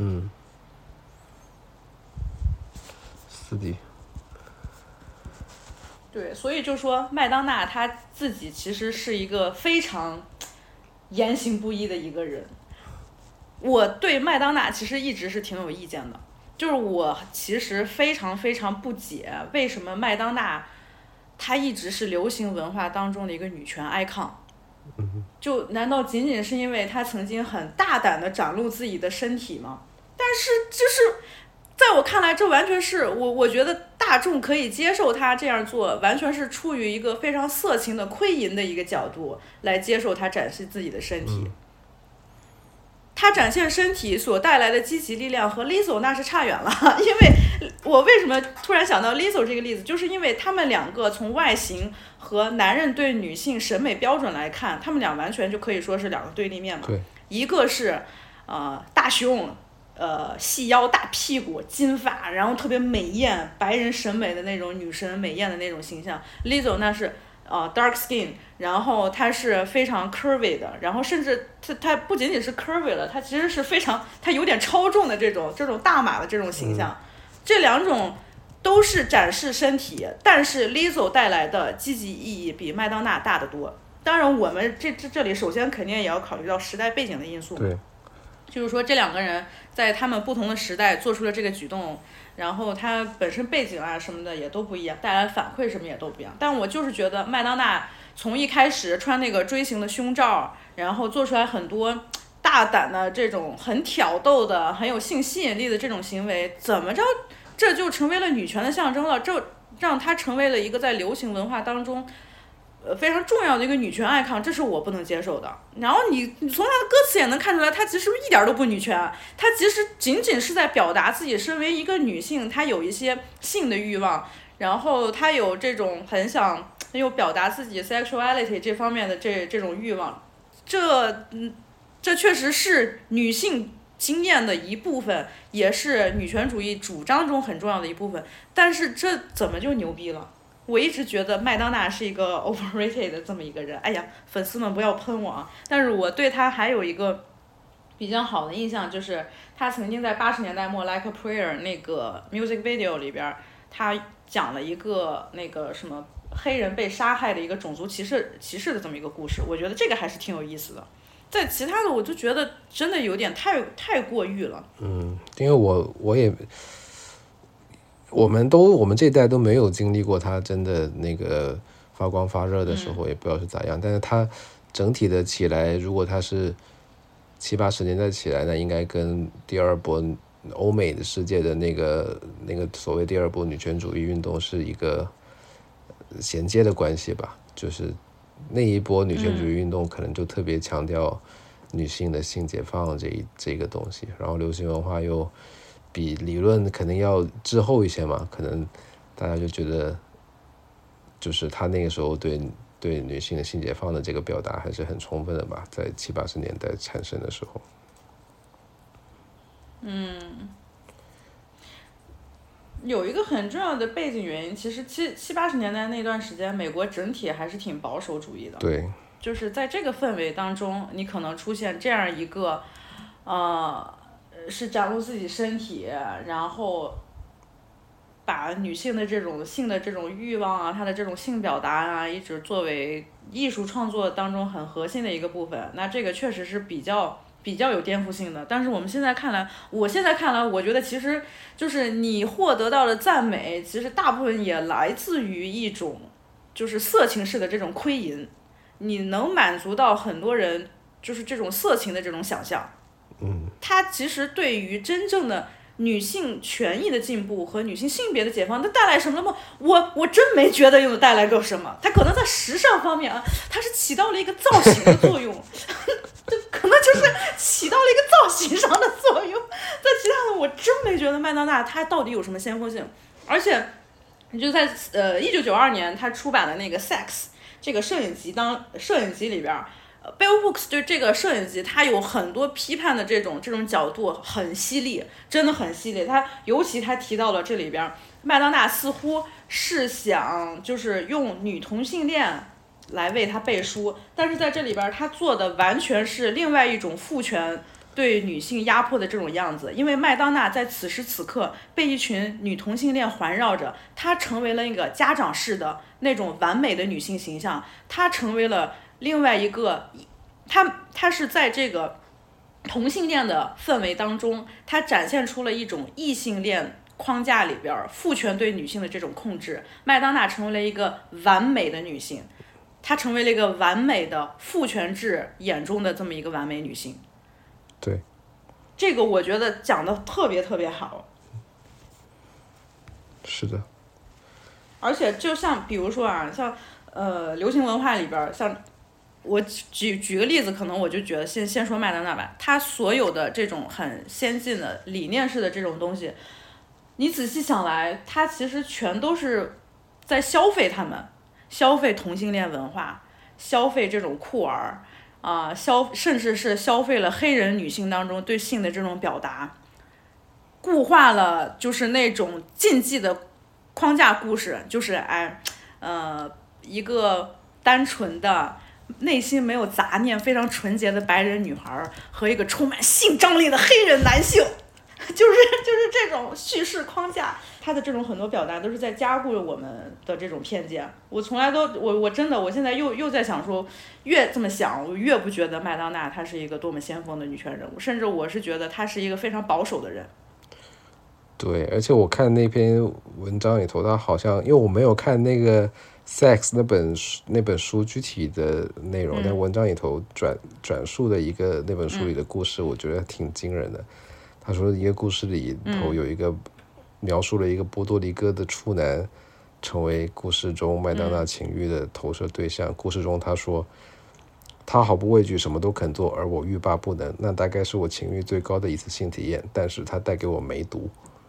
是的。 对，所以就说麦当娜她自己其实是一个非常言行不一的一个人。我对麦当娜其实一直是挺有意见的，就是我其实非常非常不解为什么麦当娜她一直是流行文化当中的一个女权 icon。就难道仅仅是因为她曾经很大胆地展露自己的身体吗？但是就是在我看来，这完全是我觉得大众可以接受她这样做，完全是出于一个非常色情的窥淫的一个角度来接受她展示自己的身体。她展现身体所带来的积极力量和 Lizzo 那是差远了。因为我为什么突然想到 Lizzo 这个例子，就是因为他们两个从外形和男人对女性审美标准来看，他们俩完全就可以说是两个对立面嘛。一个是大胸，细腰大屁股金发，然后特别美艳白人审美的那种女神美艳的那种形象。Lizzo 那是dark skin， 然后她是非常 curvy 的，然后甚至她不仅仅是 curvy 了，她其实是非常她有点超重的这种大码的这种形象。这两种都是展示身体，但是 Lizzo 带来的积极意义比麦当娜大得多。当然我们这里首先肯定也要考虑到时代背景的因素。 对， 就是说这两个人在他们不同的时代做出了这个举动，然后他本身背景啊什么的也都不一样，带来反馈什么也都不一样。但我就是觉得麦当娜从一开始穿那个锥形的胸罩，然后做出来很多大胆的这种很挑逗的很有性吸引力的这种行为，怎么着这就成为了女权的象征了，这让她成为了一个在流行文化当中非常重要的一个女权 icon， 这是我不能接受的。然后你从她的歌词也能看出来，她其实一点都不女权，她其实仅仅是在表达自己身为一个女性，她有一些性的欲望，然后她有这种很有表达自己 sexuality 这方面的这种欲望，这确实是女性经验的一部分，也是女权主义主张中很重要的一部分。但是这怎么就牛逼了？我一直觉得麦当娜是一个 overrated 的这么一个人。哎呀，粉丝们不要喷我啊！但是我对她还有一个比较好的印象，就是她曾经在80年代末 Like a Prayer 那个 music video 里边，她讲了一个那个什么黑人被杀害的一个种族歧视的这么一个故事。我觉得这个还是挺有意思的。在其他的我就觉得真的有点太过誉了。 因为我们这一代都没有经历过他真的那个发光发热的时候，也不知道是咋样。但是他整体的起来，如果他是70、80年代起来，那应该跟第二波欧美的世界的那个所谓第二波女权主义运动是一个衔接的关系吧。就是那一波女权主义运动可能就特别强调女性的性解放这个东西，然后流行文化又比理论肯定要滞后一些嘛，可能大家就觉得就是他那个时候对女性的性解放的这个表达还是很充分的吧，在70、80年代产生的时候。 有一个很重要的背景原因，其实70、80年代那段时间，美国整体还是挺保守主义的。 对， 就是在这个氛围当中，你可能出现这样一个，是展露自己身体，然后把女性的这种性的这种欲望啊，她的这种性表达啊，一直作为艺术创作当中很核心的一个部分。那这个确实是比较有颠覆性的。但是我现在看来，我觉得其实就是你获得到的赞美，其实大部分也来自于一种就是色情式的这种窥淫。你能满足到很多人就是这种色情的这种想象。它其实对于真正的女性权益的进步和女性性别的解放，它带来什么了吗？我真没觉得有带来过什么。它可能在时尚方面啊，它是起到了一个造型的作用，就可能就是起到了一个造型上的作用。在其他的，我真没觉得麦当娜它到底有什么先锋性。而且，你就在1992年，他出版的那个《Sex》这个摄影集里边。Bell Hooks 对这个摄影集，它有很多批判的这种角度很犀利，真的很犀利。尤其他提到了这里边，麦当娜似乎是想就是用女同性恋来为他背书，但是在这里边他做的完全是另外一种父权对女性压迫的这种样子。因为麦当娜在此时此刻被一群女同性恋环绕着，她成为了一个家长式的那种完美的女性形象，她成为了另外一个，他是在这个同性恋的氛围当中，他展现出了一种异性恋框架里边父权对女性的这种控制。麦当娜成为了一个完美的女性，她成为了一个完美的父权制眼中的这么一个完美女性。 对， 这个我觉得讲的特别特别好。 是的。 而且就像比如说啊，像流行文化里边，像我举个例子，可能我就觉得先说麦当娜吧，她所有的这种很先进的理念式的这种东西，你仔细想来，她其实全都是在消费他们，消费同性恋文化，消费这种酷儿啊，甚至是消费了黑人女性当中对性的这种表达，固化了就是那种禁忌的框架故事，就是一个单纯的内心没有杂念非常纯洁的白人女孩和一个充满性张力的黑人男性，就是这种叙事框架，它的这种很多表达都是在加固我们的这种偏见。我从来都我真的我现在又在想说，越这么想我越不觉得麦当娜她是一个多么先锋的女权人物，甚至我是觉得她是一个非常保守的人。 对，而且我看那篇文章里头，他好像因为我没有看那个 Sex 那本书具体的内容，但文章里头转述的一个那本书里的故事，我觉得挺惊人的。他说一个故事里头有一个描述了一个波多黎各的处男成为故事中麦当娜情欲的投射对象。故事中他说，他毫不畏惧，什么都肯做，而我欲罢不能。那大概是我情欲最高的一次性体验，但是它带给我梅毒。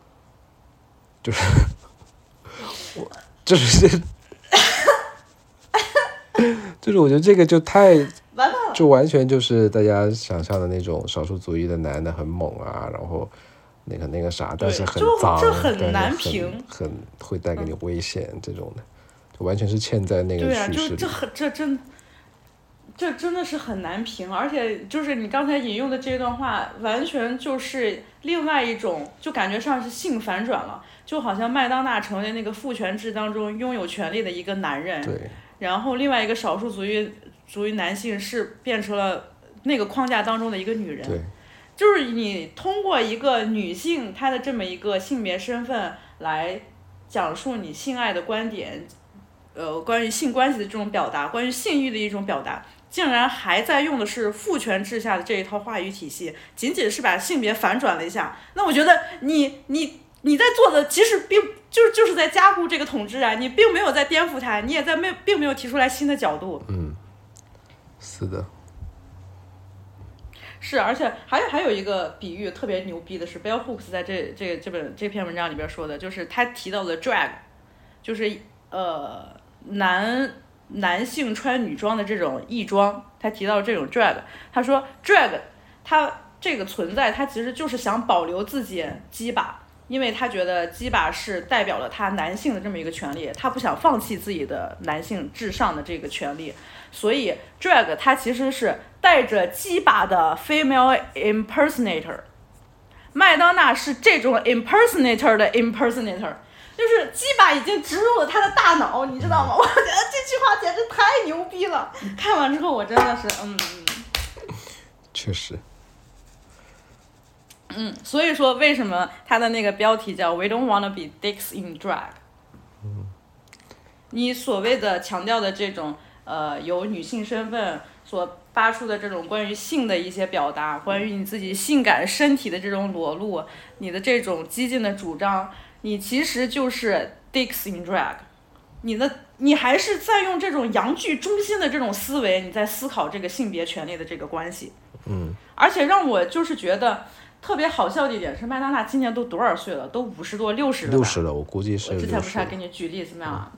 就是我觉得这个就完全就是大家想象的那种少数族裔的男的很猛啊，然后那个啥，但是很脏， 这很难评， 很会带给你危险，这种的，就完全是嵌在那个叙事里。 这真的是很难评，而且就是你刚才引用的这段话，完全就是另外一种，就感觉上是性反转了，就好像麦当娜成为那个父权制当中拥有权力的一个男人， 对， 然后另外一个少数族裔男性是变成了那个框架当中的一个女人， 对， 就是你通过一个女性她的这么一个性别身份来讲述你性爱的观点，关于性关系的这种表达，关于性欲的一种表达。竟然还在用的是父权制下的这一套话语体系，仅仅是把性别反转了一下。那我觉得你在做的其实就是在加固这个统治啊，你并没有在颠覆它，你也并没有提出来新的角度。 是的， 是，而且还有一个比喻特别牛逼的是 Bell Hooks 在这篇文章里边说的，就是他提到的 drag， 就是男性穿女装的这种异装，他提到这种 drag， 他说 drag 他这个存在，他其实就是想保留自己鸡巴，因为他觉得鸡巴是代表了他男性的这么一个权利，他不想放弃自己的男性至上的这个权利，所以 drag 他其实是带着鸡巴的 female impersonator， 麦当娜是这种 impersonator 的 impersonator。就是鸡巴已经植入了他的大脑，你知道吗？我觉得这句话简直太牛逼了。看完之后，我真的是确实。 所以说为什么他的那个标题叫 "We don't wanna be dicks in drag"？你所谓的强调的这种由女性身份所发出的这种关于性的一些表达，关于你自己性感身体的这种裸露，你的这种激进的主张，你其实就是 dicks in drag， 你还是在用这种阳具中心的这种思维，你在思考这个性别权利的这个关系。而且让我就是觉得特别好笑的一点是，麦当娜今年都多少岁了？都50多、60了吧 ？60了，我估计是60。 我之前不是还给你举例子吗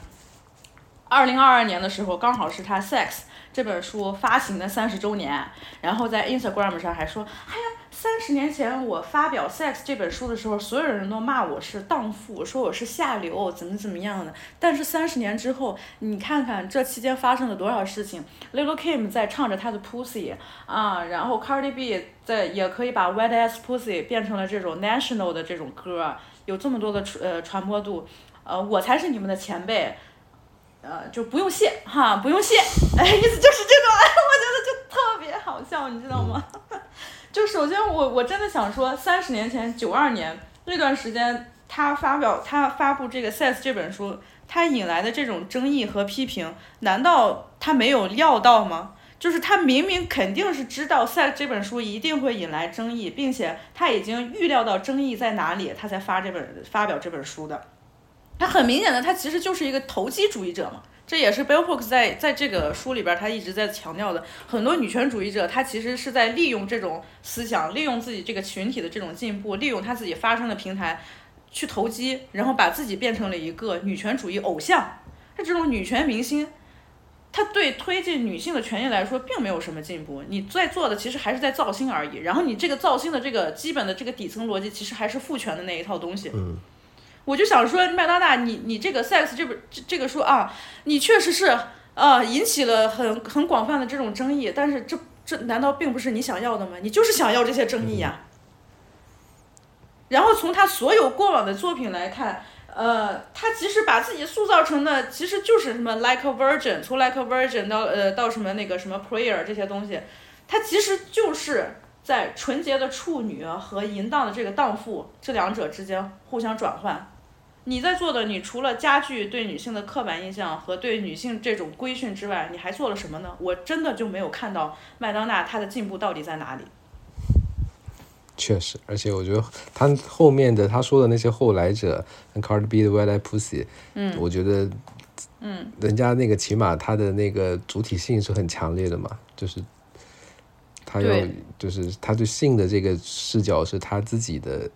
？2022年的时候，刚好是他《Sex》这本书发行的30周年，然后在 Instagram 上还说，哎呀，30年前我发表《Sex》这本书的时候，所有人都骂我是荡妇，说我是下流，怎么样的。但是30年之后，你看看这期间发生了多少事情。Lil' Kim 在唱着她的 Pussy 啊，然后 Cardi B 也可以把 Wet Ass Pussy 变成了这种 national 的这种歌，有这么多的传播度。我才是你们的前辈。就不用谢哈，不用谢，意思就是这种，我觉得就特别好笑，你知道吗？就首先我真的想说，30年前92年那段时间，他发布这个《Sex》这本书，他引来的这种争议和批评，难道他没有料到吗？就是他明明肯定是知道《Sex》这本书一定会引来争议，并且他已经预料到争议在哪里，他才发表这本书的。他很明显的，他其实就是一个投机主义者嘛。这也是 Bell Hooks 在这个书里边他一直在强调的。很多女权主义者，他其实是在利用这种思想，利用自己这个群体的这种进步，利用他自己发声的平台去投机，然后把自己变成了一个女权主义偶像。这种女权明星，他对推进女性的权益来说并没有什么进步，你在做的其实还是在造星而已。然后你这个造星的这个基本的这个底层逻辑，其实还是父权的那一套东西。我就想说，麦当娜，你这个 Sex 这个书啊，你确实是引起了很广泛的这种争议，但是这难道并不是你想要的吗？你就是想要这些争议呀。然后从他所有过往的作品来看，他其实把自己塑造成的其实就是什么 Like a Virgin， 从 Like a Virgin 到什么那个什么 Prayer 这些东西，他其实就是在纯洁的处女和淫荡的这个荡妇这两者之间互相转换。你在做的，你除了加剧对女性的刻板印象和对女性这种规训之外，你还做了什么呢？我真的就没有看到麦当娜她的进步到底在哪里。 确实，而且我觉得他后面的他说的那些后来者，像 Cardi B 的 Wet Ass Pussy，我觉得，人家那个起码他的那个主体性是很强烈的嘛，就是他要就是他对性的这个视角是他自己的。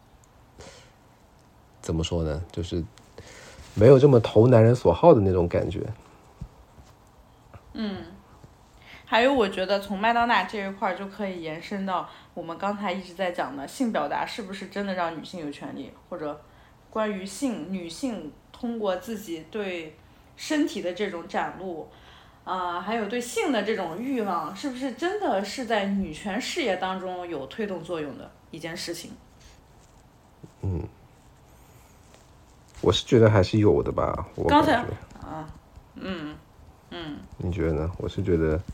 怎么说呢？就是没有这么投男人所好的那种感觉。 还有我觉得从麦当娜这一块就可以延伸到我们刚才一直在讲的性表达是不是真的让女性有权利，或者关于女性通过自己对身体的这种展露还有对性的这种欲望，是不是真的是在女权事业当中有推动作用的一件事情。 我是觉得还是有的吧，我刚才你觉得呢？我是觉得，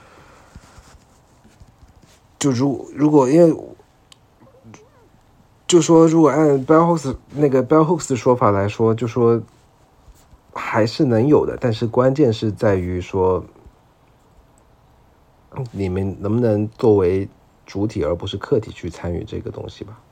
就如果因为，就说如果按 Bell Hooks 的说法来说，就说还是能有的，但是关键是在于说，你们能不能作为主体而不是客体去参与这个东西吧？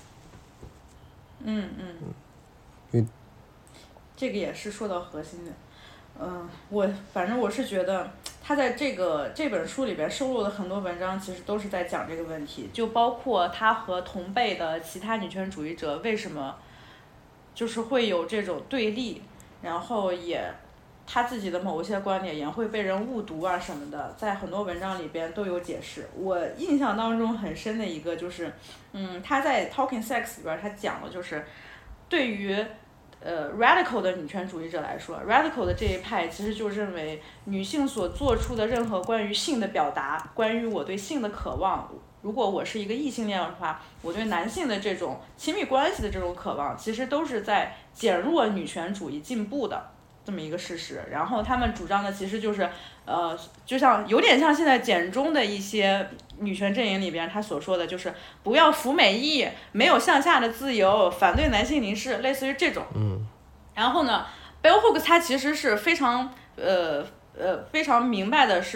因为这个也是说到核心的。反正我是觉得他在这本书里边收录的很多文章，其实都是在讲这个问题，就包括他和同辈的其他女权主义者为什么就是会有这种对立，然后他自己的某一些观点也会被人误读啊什么的，在很多文章里边都有解释。我印象当中很深的一个就是，他在 Talking Sex 里边他讲的就是，对于radical 的女权主义者来说 ，radical 的这一派其实就认为女性所做出的任何关于性的表达，关于我对性的渴望，如果我是一个异性恋的话，我对男性的这种亲密关系的这种渴望，其实都是在减弱女权主义进步的这么一个事实。然后他们主张的其实就是就像有点像现在简中的一些女权阵营里边他所说的，就是不要服美役，没有向下的自由，反对男性凝视，类似于这种。然后呢 Bell Hooks 他其实是非常明白的是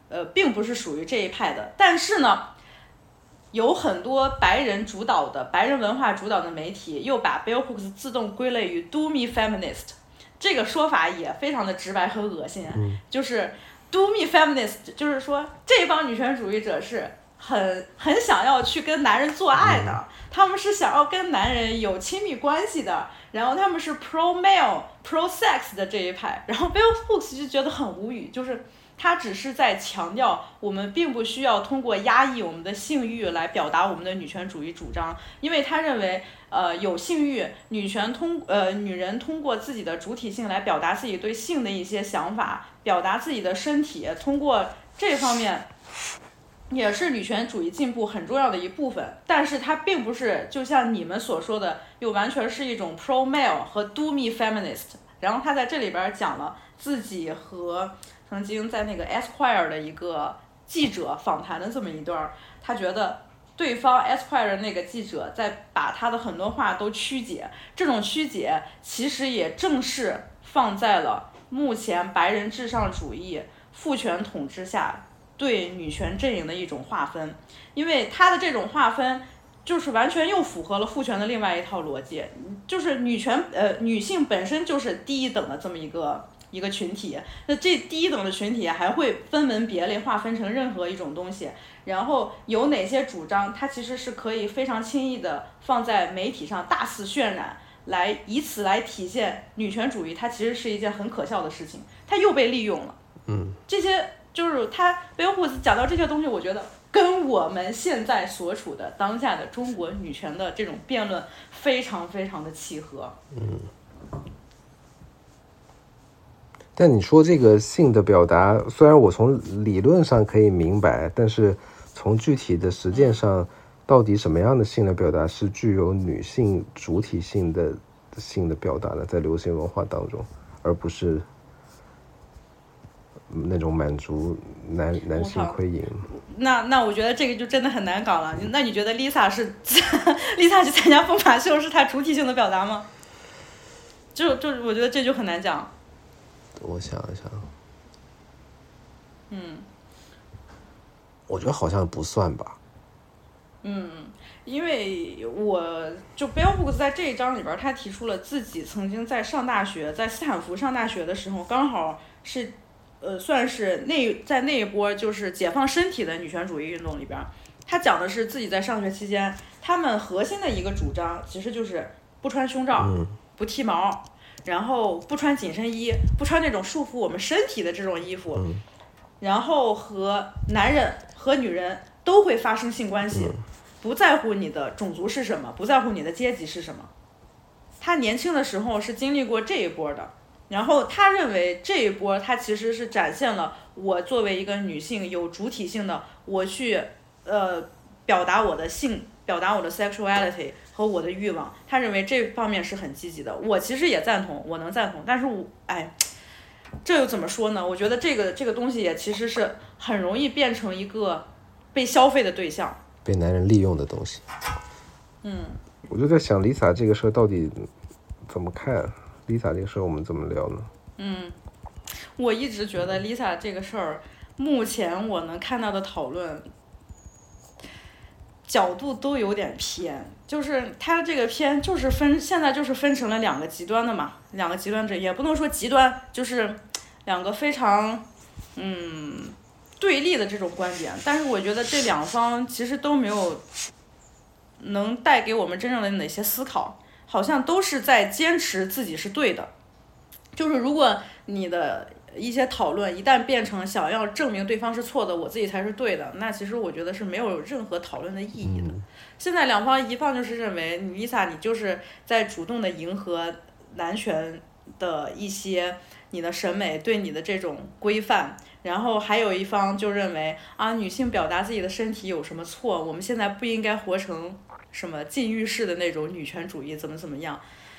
并不是属于这一派的。但是呢，有很多白人文化主导的媒体又把 Bell Hooks 自动归类于 Do Me Feminist， 这个说法也非常的直白和恶心。就是 Do Me Feminist， 就是说这帮女权主义者是很想要去跟男人做爱的，他们是想要跟男人有亲密关系的，然后他们是 pro male pro sex 的这一派。然后 Bell Hooks 就觉得很无语，就是他只是在强调我们并不需要通过压抑我们的性欲来表达我们的女权主义主张，因为他认为有性欲，女人通过自己的主体性来表达自己对性的一些想法，表达自己的身体，通过这方面也是女权主义进步很重要的一部分。但是它并不是就像你们所说的又完全是一种 pro male 和 do me feminist。然后他在这里边讲了自己和曾经在那个 Esquire 的一个记者访谈的这么一段，他觉得对方 Esquire 那个记者在把他的很多话都曲解，这种曲解其实也正是放在了目前白人至上主义父权统治下对女权阵营的一种划分。因为他的这种划分就是完全又符合了父权的另外一套逻辑，就是女性本身就是低一等的这么一个群体，那这低一等的群体还会分门别类划分成任何一种东西，然后有哪些主张它其实是可以非常轻易的放在媒体上大肆渲染，以此来体现女权主义，它其实是一件很可笑的事情，它又被利用了。这些就是他Bell Hooks讲到这些东西，我觉得跟我们现在所处的当下的中国女权的这种辩论非常非常的契合。 但你说这个性的表达，虽然我从理论上可以明白，但是从具体的实践上，到底什么样的性的表达是具有女性主体性的性的表达呢？在流行文化当中，而不是那种满足男性窥淫。 那我觉得这个就真的很难搞了。那你觉得 Lisa 去参加疯马秀是她主体性的表达吗？就我觉得这就很难讲。 我想一想，我觉得好像不算吧。 因为我就 Bell Hooks 在这一章里边，他提出了自己曾经在上大学，在斯坦福上大学的时候，刚好是算是在那一波就是解放身体的女权主义运动里边，他讲的是自己在上学期间，他们核心的一个主张其实就是不穿胸罩，不剃毛，然后不穿紧身衣，不穿那种束缚我们身体的这种衣服，然后和男人和女人都会发生性关系，不在乎你的种族是什么，不在乎你的阶级是什么。他年轻的时候是经历过这一波的，然后他认为这一波他其实是展现了我作为一个女性有主体性的，我去表达我的性，表达我的 sexuality 和我的欲望，他认为这方面是很积极的。我其实也赞同，我能赞同，但是这又怎么说呢？我觉得这个东西也其实是很容易变成一个被消费的对象， 被男人利用的东西。我就在想 Lisa 这个事儿到底怎么看？Lisa 这个事儿我们怎么聊呢？ 我一直觉得 Lisa 这个事儿，目前我能看到的讨论角度都有点偏，就是它这个偏就是现在就是分成了两个极端的嘛，两个极端者也不能说极端，就是两个非常对立的这种观点。但是我觉得这两方其实都没有能带给我们真正的哪些思考，好像都是在坚持自己是对的。就是如果你的一些讨论一旦变成想要证明对方是错的，我自己才是对的，那其实我觉得是没有任何讨论的意义的。现在两方一方就是认为Lisa 你就是在主动的迎合男权的一些你的审美对你的这种规范，然后还有一方就认为女性表达自己的身体有什么错，我们现在不应该活成什么禁欲式的那种女权主义怎么样。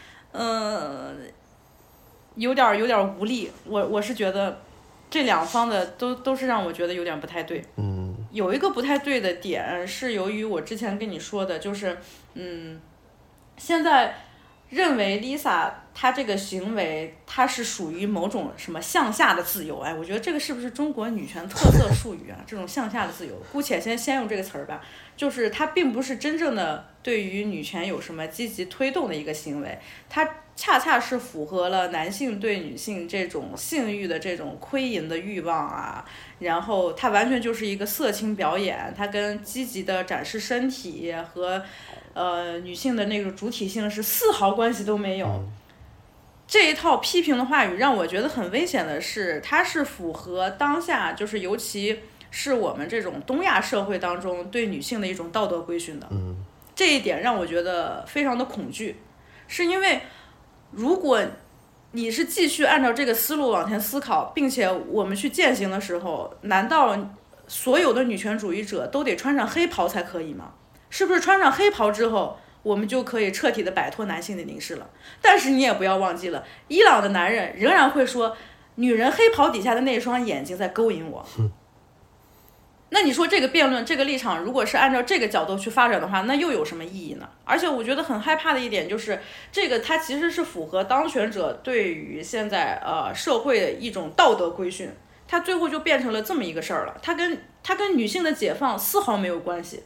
有点无力，我是觉得这两方的都是让我觉得有点不太对。有一个不太对的点是由于我之前跟你说的，就是现在认为 Lisa 他这个行为，他是属于某种什么向下的自由？哎，我觉得这个是不是中国女权特色术语啊？这种向下的自由，姑且先用这个词儿吧。就是它并不是真正的对于女权有什么积极推动的一个行为，它恰恰是符合了男性对女性这种性欲的这种窥淫的欲望啊，然后它完全就是一个色情表演，它跟积极的展示身体和女性的那个主体性是丝毫关系都没有。这一套批评的话语让我觉得很危险的是，它是符合当下，就是尤其是我们这种东亚社会当中对女性的一种道德规训的。这一点让我觉得非常的恐惧，是因为如果你是继续按照这个思路往前思考，并且我们去践行的时候，难道所有的女权主义者都得穿上黑袍才可以吗？是不是穿上黑袍之后，我们就可以彻底的摆脱男性的凝视了？但是你也不要忘记了，伊朗的男人仍然会说，女人黑袍底下的那双眼睛在勾引我。那你说这个辩论，这个立场，如果是按照这个角度去发展的话，那又有什么意义呢？而且我觉得很害怕的一点就是，这个它其实是符合当权者对于现在社会的一种道德规训，它最后就变成了这么一个事儿了，它跟女性的解放丝毫没有关系。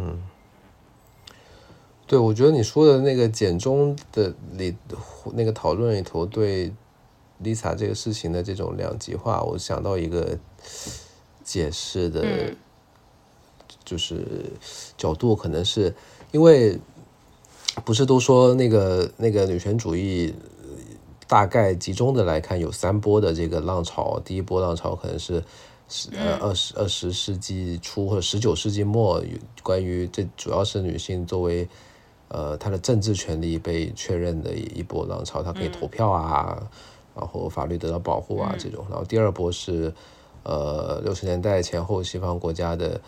对，我觉得你说的那个简中的那个讨论里头对 Lisa 这个事情的这种两极化，我想到一个解释的，就是角度，可能是因为不是都说那个女权主义大概集中的来看有3波的这个浪潮，第一波浪潮可能是20世纪初或者19世纪末，关于这主要是女性作为她的政治权利被确认的一波浪潮，她可以投票啊，然后法律得到保护啊这种。然后第二波是60年代前后西方国家的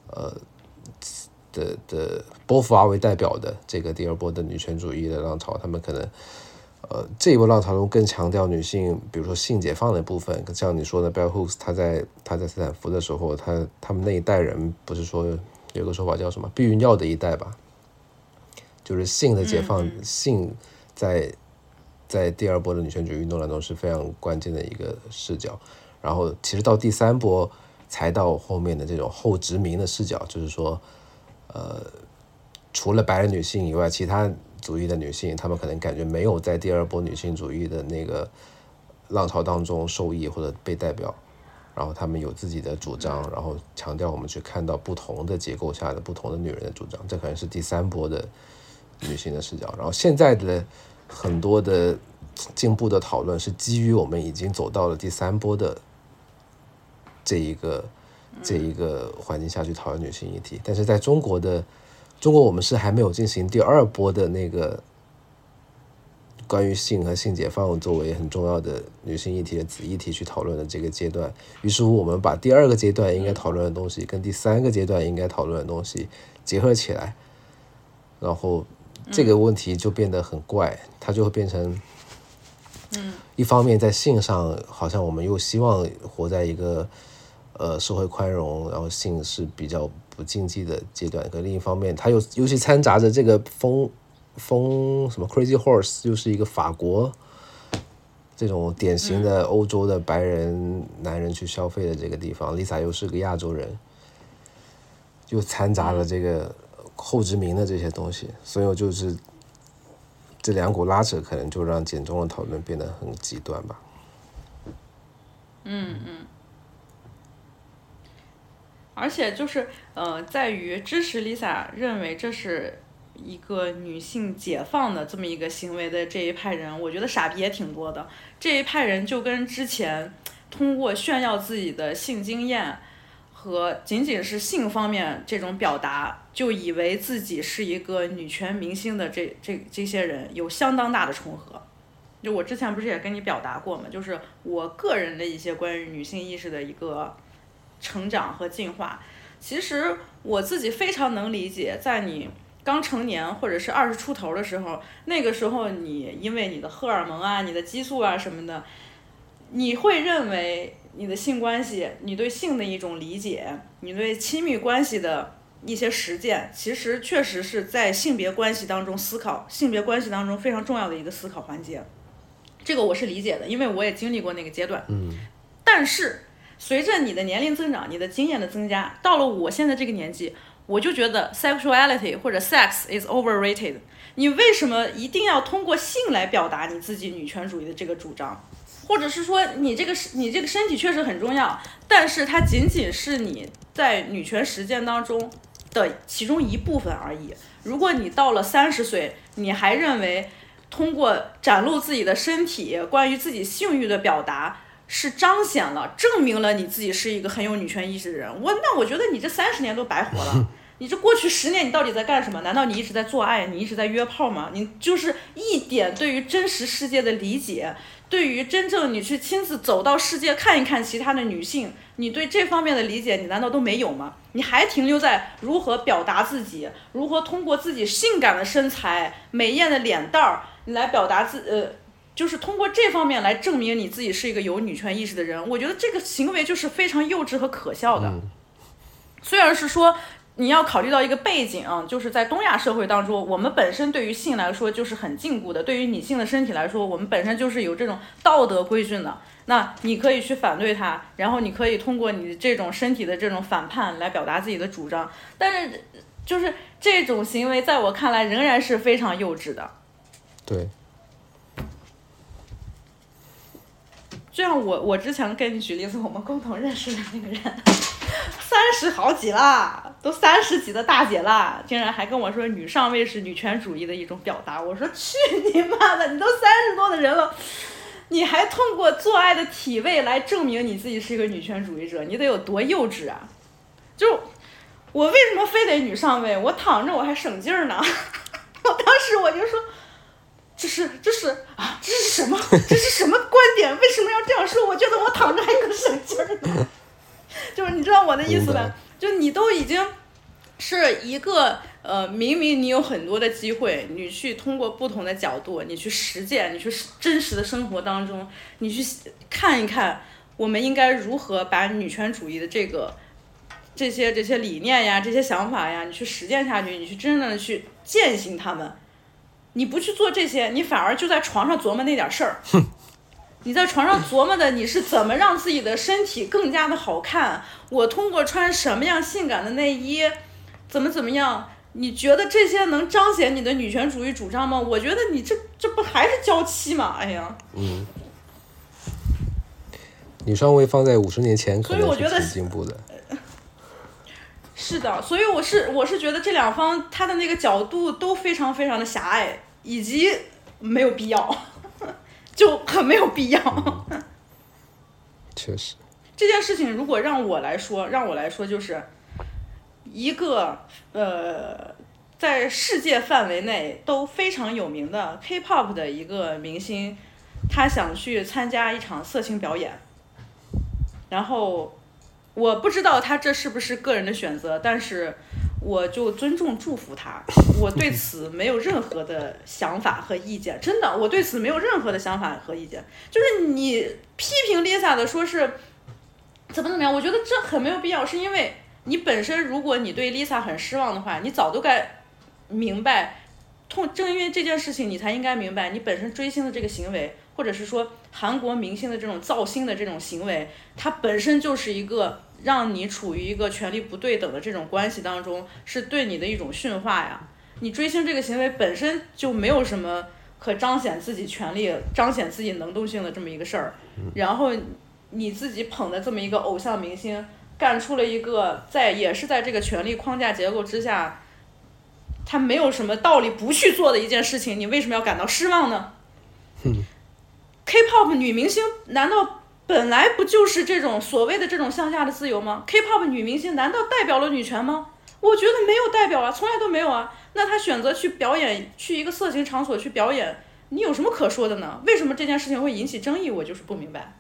波伏娃为代表的这个第二波的女权主义的浪潮，他们可能这一波浪潮中更强调女性，比如说性解放的部分，像你说的 Bell Hooks， 他在斯坦福的时候，他们那一代人不是说有个说法叫什么避孕药的一代吧，就是性的解放，性在第二波的女权主义运动当中是非常关键的一个视角。然后其实到第3波才到后面的这种后殖民的视角，就是说除了白人女性以外，其他族裔的女性，她们可能感觉没有在第二波女性主义的那个浪潮当中受益或者被代表，然后她们有自己的主张，然后强调我们去看到不同的结构下的不同的女人的主张，这可能是第3波的女性的视角。然后现在的很多的进步的讨论是基于我们已经走到了第3波的这一个环境下去讨论女性议题，但是在中国我们是还没有进行第2波的那个关于性和性解放作为很重要的女性议题的子议题去讨论的这个阶段，于是乎我们把第2个阶段应该讨论的东西跟第3个阶段应该讨论的东西结合起来，然后这个问题就变得很怪，它就会变成一方面在性上好像我们又希望活在一个社会宽容，然后性是比较不禁忌的阶段，可另一方面它尤其掺杂着这个风什么 Crazy Horse， 又是一个法国这种典型的欧洲的白人男人去消费的这个地方，Lisa 又是个亚洲人，又掺杂了这个后殖民的这些东西，所以就是这2股拉扯，可能就让简中的讨论变得很极端吧。 而且就是在于支持 Lisa 认为这是一个女性解放的这么一个行为的这一派人，我觉得傻逼也挺多的。这一派人就跟之前通过炫耀自己的性经验和仅仅是性方面这种表达，就以为自己是一个女权明星的这些人有相当大的重合。就我之前不是也跟你表达过嘛，就是我个人的一些关于女性意识的一个成长和进化。其实我自己非常能理解，在你刚成年或者是20出头的时候，那个时候你因为你的荷尔蒙啊、你的激素啊什么的，你会认为你的性关系，你对性的一种理解，你对亲密关系的一些实践，其实确实是在性别关系当中思考，性别关系当中非常重要的一个思考环节。 这个我是理解的，因为我也经历过那个阶段。但是随着你的年龄增长，你的经验的增加，到了我现在这个年纪，我就觉得 sexuality 或者 sex is overrated。你为什么一定要通过性来表达你自己女权主义的这个主张？或者是说你这个身体确实很重要，但是它仅仅是你在女权实践当中的其中一部分而已。如果你到了30岁，你还认为通过展露自己的身体，关于自己性欲的表达是彰显了、证明了你自己是一个很有女权意识的人，那我觉得你这30年都白活了。你这过去10年你到底在干什么？难道你一直在做爱，你一直在约炮吗？你就是一点对于真实世界的理解，对于真正你去亲自走到世界看一看其他的女性，你对这方面的理解你难道都没有吗？你还停留在如何表达自己，如何通过自己性感的身材、美艳的脸蛋儿来表达就是通过这方面来证明你自己是一个有女权意识的人。我觉得这个行为就是非常幼稚和可笑的。虽然是说你要考虑到一个背景啊，就是在东亚社会当中，我们本身对于性来说就是很禁锢的，对于女性的身体来说，我们本身就是有这种道德规训的。那你可以去反对它，然后你可以通过你这种身体的这种反叛来表达自己的主张，但是就是这种行为在我看来仍然是非常幼稚的。 对， 就像我之前跟你举例子，我们共同认识的那个人30好几啦，都30几的大姐啦，竟然还跟我说女上位是女权主义的一种表达。我说去你妈的，你都30多的人了，你还通过做爱的体位来证明你自己是一个女权主义者，你得有多幼稚啊！就我为什么非得女上位？我躺着我还省劲儿呢。我当时我就说，这是什么？这是什么观点？为什么要这样说？我觉得我躺着还更省劲儿呢。就是你知道我的意思吧？就你都已经是一个明明你有很多的机会，你去通过不同的角度，你去实践，你去真实的生活当中，你去看一看，我们应该如何把女权主义的这些理念呀，这些想法呀，你去实践下去，你去真正的去践行它们。你不去做这些，你反而就在床上琢磨那点事儿。你在床上琢磨的你是怎么让自己的身体更加的好看，我通过穿什么样性感的内衣，怎么样，你觉得这些能彰显你的女权主义主张吗？我觉得你这不还是娇妻吗？哎呀， 女上位放在50年前可能是挺进步的。 是的，所以我是觉得这两方他的那个角度都非常非常的狭隘，以及没有必要。就很没有必要。 确实， 这件事情如果让我来说，就是一个在世界范围内都非常有名的 K-pop 的一个明星，他想去参加一场色情表演，然后我不知道他这是不是个人的选择，但是我就尊重祝福他，我对此没有任何的想法和意见，真的，我对此没有任何的想法和意见。就是你批评 Lisa 的说是怎么样，我觉得这很没有必要，是因为你本身如果你对 Lisa 很失望的话，你早都该明白，正因为这件事情你才应该明白，你本身追星的这个行为，或者是说韩国明星的这种造星的这种行为，它本身就是一个让你处于一个权力不对等的这种关系当中，是对你的一种驯化呀。你追星这个行为本身就没有什么可彰显自己权力、彰显自己能动性的这么一个事儿，然后你自己捧的这么一个偶像明星，干出了一个也是在这个权力框架结构之下，他没有什么道理不去做的一件事情，你为什么要感到失望呢？K-pop 女明星难道本来不就是这种所谓的这种向下的自由吗？ K-pop 女明星难道代表了女权吗？我觉得没有代表啊，从来都没有啊。那她选择去表演，去一个色情场所去表演，你有什么可说的呢？为什么这件事情会引起争议？我就是不明白。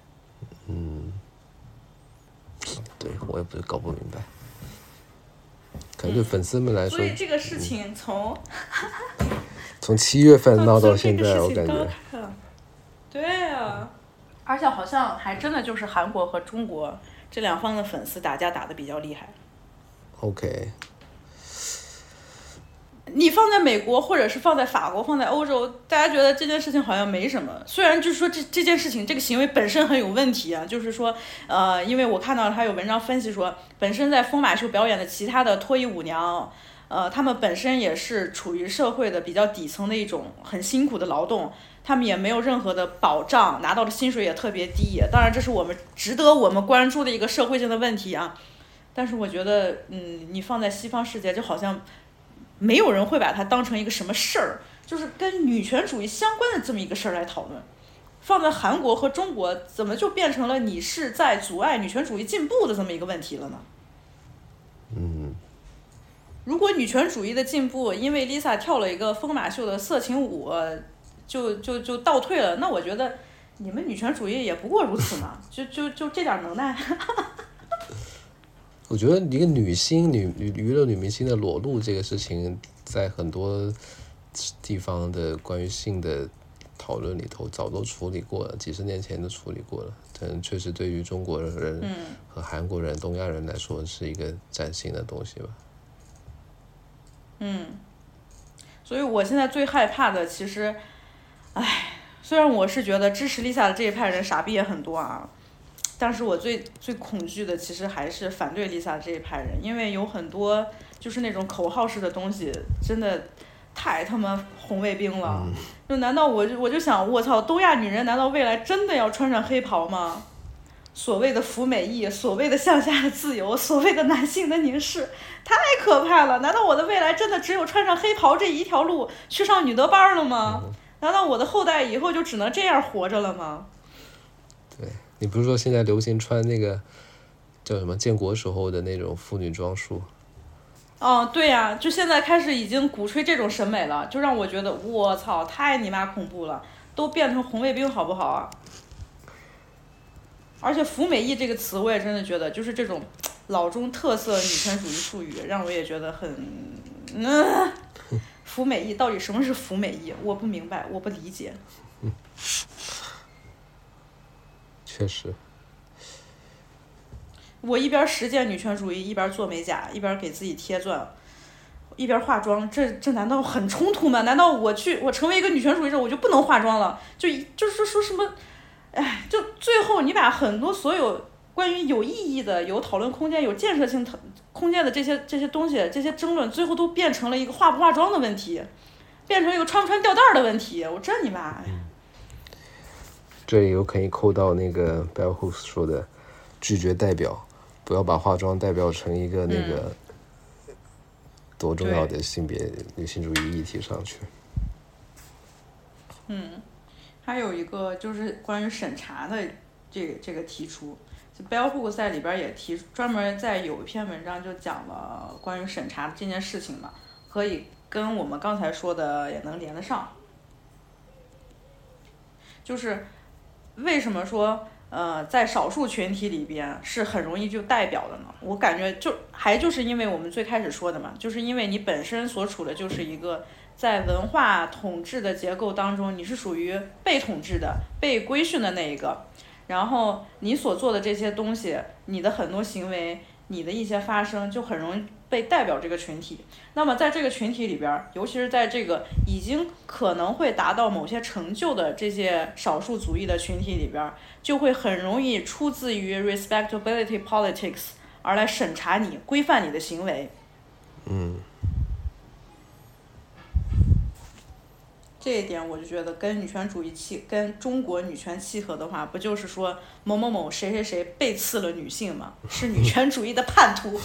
对，我也不是搞不明白，可能对粉丝们来说， 所以这个事情从 7月份闹到现在，我感觉， 对啊，而且好像还真的就是韩国和中国这两方的粉丝打架打得比较厉害。 OK， 你放在美国或者是放在法国放在欧洲，大家觉得这件事情好像没什么，虽然就是说这件事情这个行为本身很有问题啊，就是说因为我看到他有文章分析说，本身在疯马秀表演的其他的脱衣舞娘，他们本身也是处于社会的比较底层的一种很辛苦的劳动，他们也没有任何的保障，拿到的薪水也特别低，当然这是我们值得我们关注的一个社会性的问题啊。但是我觉得你放在西方世界就好像没有人会把它当成一个什么事儿，就是跟女权主义相关的这么一个事儿来讨论。放在韩国和中国怎么就变成了你是在阻碍女权主义进步的这么一个问题了呢？如果女权主义的进步因为 Lisa 跳了一个疯马秀的色情舞就倒退了，那我觉得你们女权主义也不过如此嘛，就这点能耐。 我觉得一个娱乐女明星的裸露这个事情，在很多地方的关于性的讨论里头早都处理过了，几十年前都处理过了。但确实对于中国人和韩国人、东亚人来说是一个崭新的东西吧。 所以我现在最害怕的其实，虽然我是觉得支持 Lisa 的这一派人傻逼也很多啊。但是我最恐惧的其实还是反对 Lisa 这一派人，因为有很多就是那种口号式的东西，真的太他妈红卫兵了。就难道我就想，我操，东亚女人难道未来真的要穿上黑袍吗？所谓的服美役，所谓的向下的自由，所谓的男性的凝视，太可怕了。难道我的未来真的只有穿上黑袍这一条路去上女德班了吗？难道我的后代以后就只能这样活着了吗？ 对，你不是说现在流行穿那个叫什么建国时候的那种妇女装束？ 对呀，就现在开始已经鼓吹这种审美了，就让我觉得我操，太你妈恐怖了，都变成红卫兵好不好啊？而且服美役这个词，我也真的觉得就是这种老中特色女权主义术语，让我也觉得很服美役到底什么是服美役？我不明白，我不理解。 确实， 我一边实践女权主义，一边做美甲，一边给自己贴钻，一边化妆，这难道很冲突吗？难道我成为一个女权主义者，我就不能化妆了？就是说什么，就最后你把很多所有关于有意义的、有讨论空间、有建设性空间的这些东西、这些争论，最后都变成了一个化不化妆的问题，变成一个穿不穿吊带的问题。我真你妈！ 这里有可以扣到那个 Bell Hooks 说的拒绝代表，不要把化妆代表成一个那个多重要的性别女性主义议题上去。 还有一个就是关于审查的这个提出，就 Bell Hooks 在里边也专门在有一篇文章就讲了关于审查这件事情嘛，可以跟我们刚才说的也能连得上。就是为什么说在少数群体里边是很容易就代表的呢？我感觉就是因为我们最开始说的嘛，就是因为你本身所处的就是一个在文化统治的结构当中，你是属于被统治的、被规训的那一个，然后你所做的这些东西，你的很多行为，你的一些发生，就很容易被代表这个群体。那么在这个群体里边，尤其是在这个已经可能会达到某些成就的这些少数族裔的群体里边，就会很容易出自于 respectability politics 而来审查你、规范你的行为。这一点我就觉得跟女权主义跟中国女权契合的话，不就是说某某某谁谁谁背刺了女性吗？是女权主义的叛徒。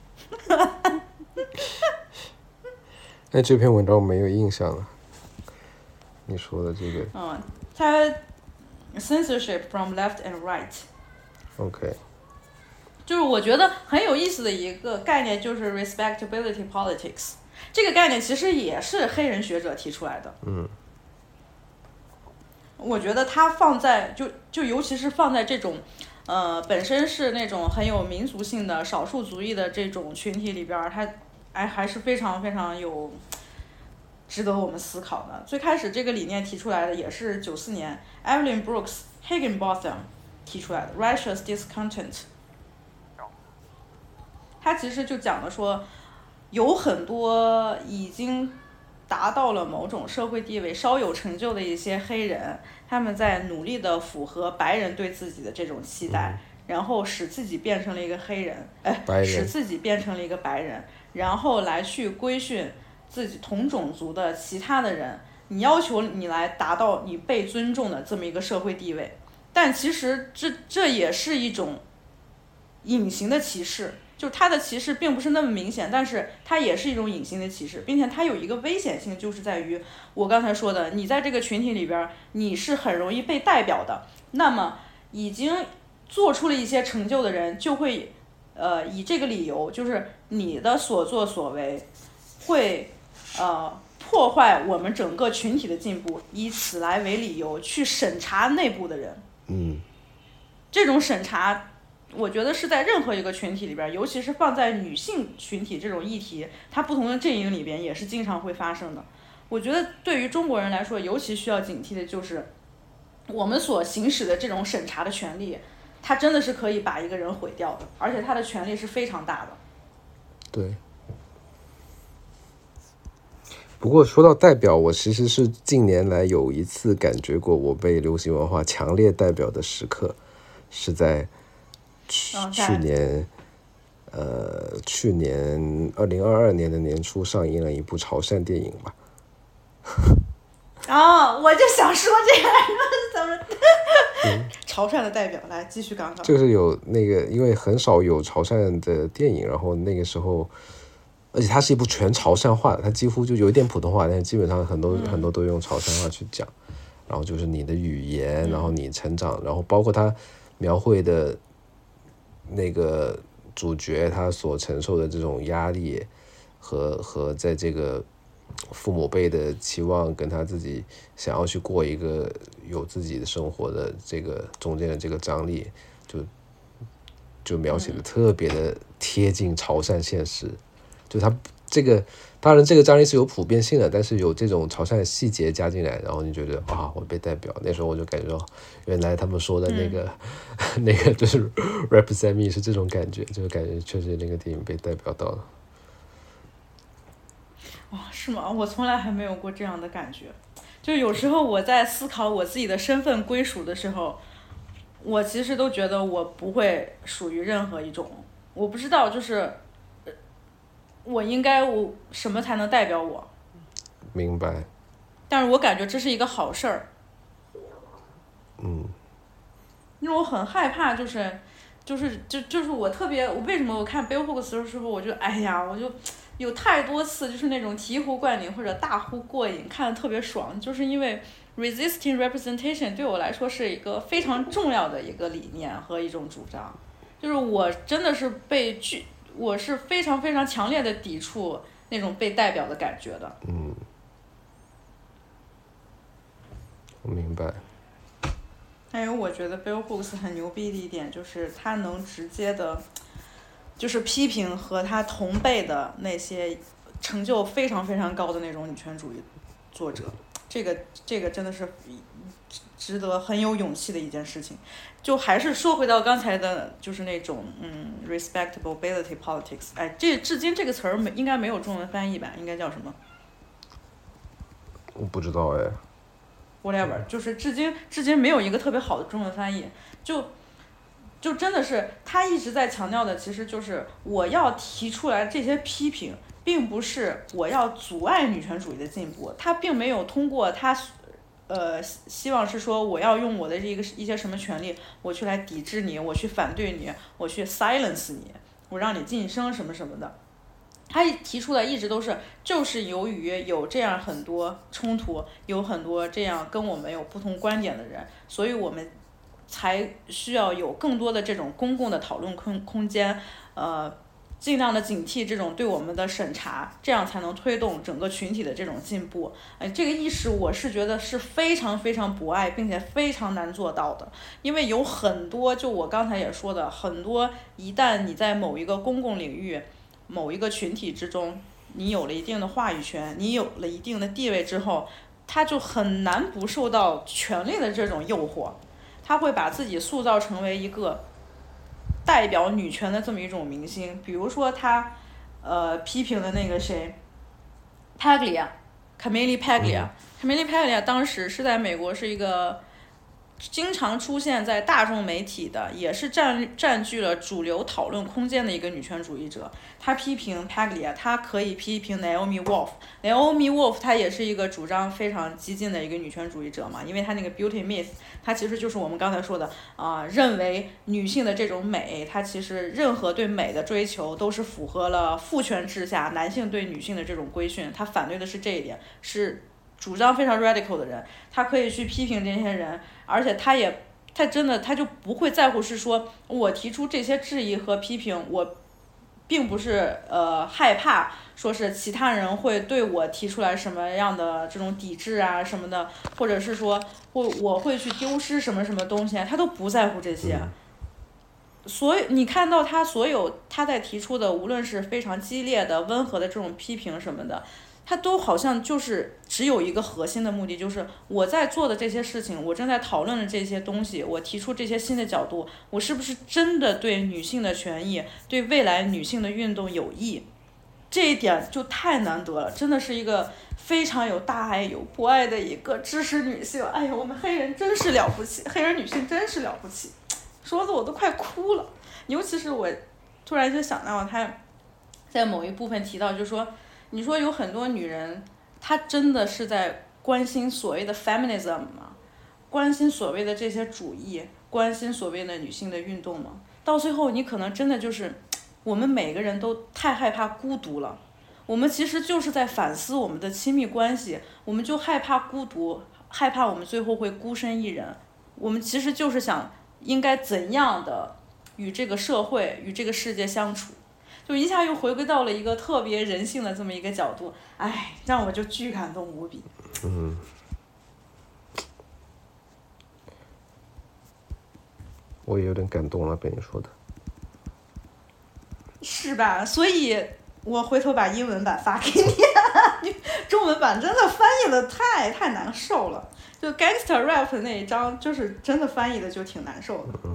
哎，这篇文章我没有印象了。你说的这个， 它 censorship from left and right。OK。就是我觉得很有意思的一个概念，就是 respectability politics。这个概念其实也是黑人学者提出来的。我觉得它放在就尤其是放在这种本身是那种很有民族性的少数族裔的这种群体里边，它还是非常非常有值得我们思考的。最开始这个理念提出来的也是94年 Evelyn Brooks Higginbotham 提出来的 Righteous Discontent。它其实就讲了说， 有很多已经达到了某种社会地位、稍有成就的一些黑人，他们在努力的符合白人对自己的这种期待，然后使自己变成了一个黑人，使自己变成了一个白人，然后来去规训自己同种族的其他的人，你要求你来达到你被尊重的这么一个社会地位，但其实这也是一种隐形的歧视。就他的歧视并不是那么明显，但是它也是一种隐形的歧视，并且它有一个危险性，就是在于我刚才说的，你在这个群体里边，你是很容易被代表的。那么已经做出了一些成就的人，就会以这个理由，就是你的所作所为会破坏我们整个群体的进步，以此来为理由去审查内部的人。这种审查我觉得是在任何一个群体里边，尤其是放在女性群体这种议题，它不同的阵营里边也是经常会发生的。我觉得对于中国人来说，尤其需要警惕的就是我们所行使的这种审查的权利，它真的是可以把一个人毁掉的，而且它的权力是非常大的。 对。不过说到代表，我其实是近年来有一次感觉过我被流行文化强烈代表的时刻，是在去年2022年的年初上映了一部潮汕电影吧。 我就想说这个怎么潮汕的代表，来继续刚刚。 就是有那个，因为很少有潮汕的电影，然后那个时候，而且它是一部全潮汕话的，它几乎就有一点普通话，但是基本上很多都用潮汕话去讲。然后就是你的语言，然后你成长，然后包括它描绘的那个主角他所承受的这种压力和在这个父母辈的期望跟他自己想要去过一个有自己的生活的这个中间的这个张力，就描写的特别的贴近潮汕现实。就他这个当然这个张力是有普遍性的，但是有这种潮汕的细节加进来，然后你觉得哇，我被代表。那时候我就感觉到原来他们说的那个那个就是 represent me 是这种感觉，就感觉确实那个电影被代表到了。 是吗？我从来还没有过这样的感觉。就有时候我在思考我自己的身份归属的时候，我其实都觉得我不会属于任何一种。我不知道，就是我什么才能代表我？ 明白。 但是我感觉这是一个好事儿。因为我很害怕，就是我特别，我为什么我看 Bell Hooks 的时候，我就有太多次就是那种醍醐灌顶或者大呼过瘾，看得特别爽，就是因为 resisting representation 对我来说是一个非常重要的一个理念和一种主张，就是我真的是我是非常非常强烈的抵触那种被代表的感觉的。 我明白。 还有我觉得 Bell Hooks 很牛逼的一点就是他能直接的就是批评和他同辈的那些成就非常非常高的那种女权主义作者，这个真的是值得很有勇气的一件事情。就还是说回到刚才的，就是那种respectability politics， 至今这个词儿应该没有中文翻译吧？应该叫什么？ 我不知道哎。 whatever， 就是至今没有一个特别好的中文翻译，就真的是他一直在强调的，其实就是我要提出来这些批评，并不是我要阻碍女权主义的进步，他并没有通过他希望是说我要用我的一些什么权利，我去来抵制你，我去反对你，我去 silence 你，我让你晋升什么什么的。他提出的一直都是，就是由于有这样很多冲突，有很多这样跟我们有不同观点的人，所以我们才需要有更多的这种公共的讨论空间，尽量的警惕这种对我们的审查，这样才能推动整个群体的这种进步。这个意识我是觉得是非常非常博爱，并且非常难做到的，因为有很多，就我刚才也说的，很多一旦你在某一个公共领域，某一个群体之中，你有了一定的话语权，你有了一定的地位之后，他就很难不受到权力的这种诱惑，他会把自己塑造成为一个代表女权的这么一种明星。比如说他批评的那个谁Paglia，Camille Paglia，Camille Paglia 当时是在美国是一个经常出现在大众媒体的，也是占据了主流讨论空间的一个女权主义者。她批评 Paglia， 她可以批评 Naomi Wolf。Naomi Wolf 她也是一个主张非常激进的一个女权主义者嘛，因为她那个 Beauty Myth， 她其实就是我们刚才说的认为女性的这种美，她其实任何对美的追求都是符合了父权制下男性对女性的这种规训，她反对的是这一点，是主张非常 radical 的人，他可以去批评这些人，而且他真的他就不会在乎是说我提出这些质疑和批评，我并不是害怕说是其他人会对我提出来什么样的这种抵制啊什么的，或者是说我会去丢失什么什么东西，他都不在乎这些。所以你看到所有他在提出的，无论是非常激烈的、温和的这种批评什么的，他都好像就是只有一个核心的目的，就是我在做的这些事情，我正在讨论的这些东西，我提出这些新的角度，我是不是真的对女性的权益、对未来女性的运动有益？这一点就太难得了，真的是一个非常有大爱有博爱的一个支持女性。哎呀，我们黑人真是了不起，黑人女性真是了不起，说的我都快哭了。尤其是我突然就想到他在某一部分提到，就是说你说有很多女人她真的是在关心所谓的 feminism 吗？关心所谓的这些主义，关心所谓的女性的运动吗？到最后你可能真的就是我们每个人都太害怕孤独了，我们其实就是在反思我们的亲密关系，我们就害怕孤独，害怕我们最后会孤身一人，我们其实就是想应该怎样的与这个社会与这个世界相处，就一下又回归到了一个特别人性的这么一个角度，哎，让我就巨感动无比。 我也有点感动了，被你说的。 是吧？所以我回头把英文版发给你，中文版真的翻译的太难受了，就 Gangster Rap 的那一章，就是真的翻译的就挺难受的。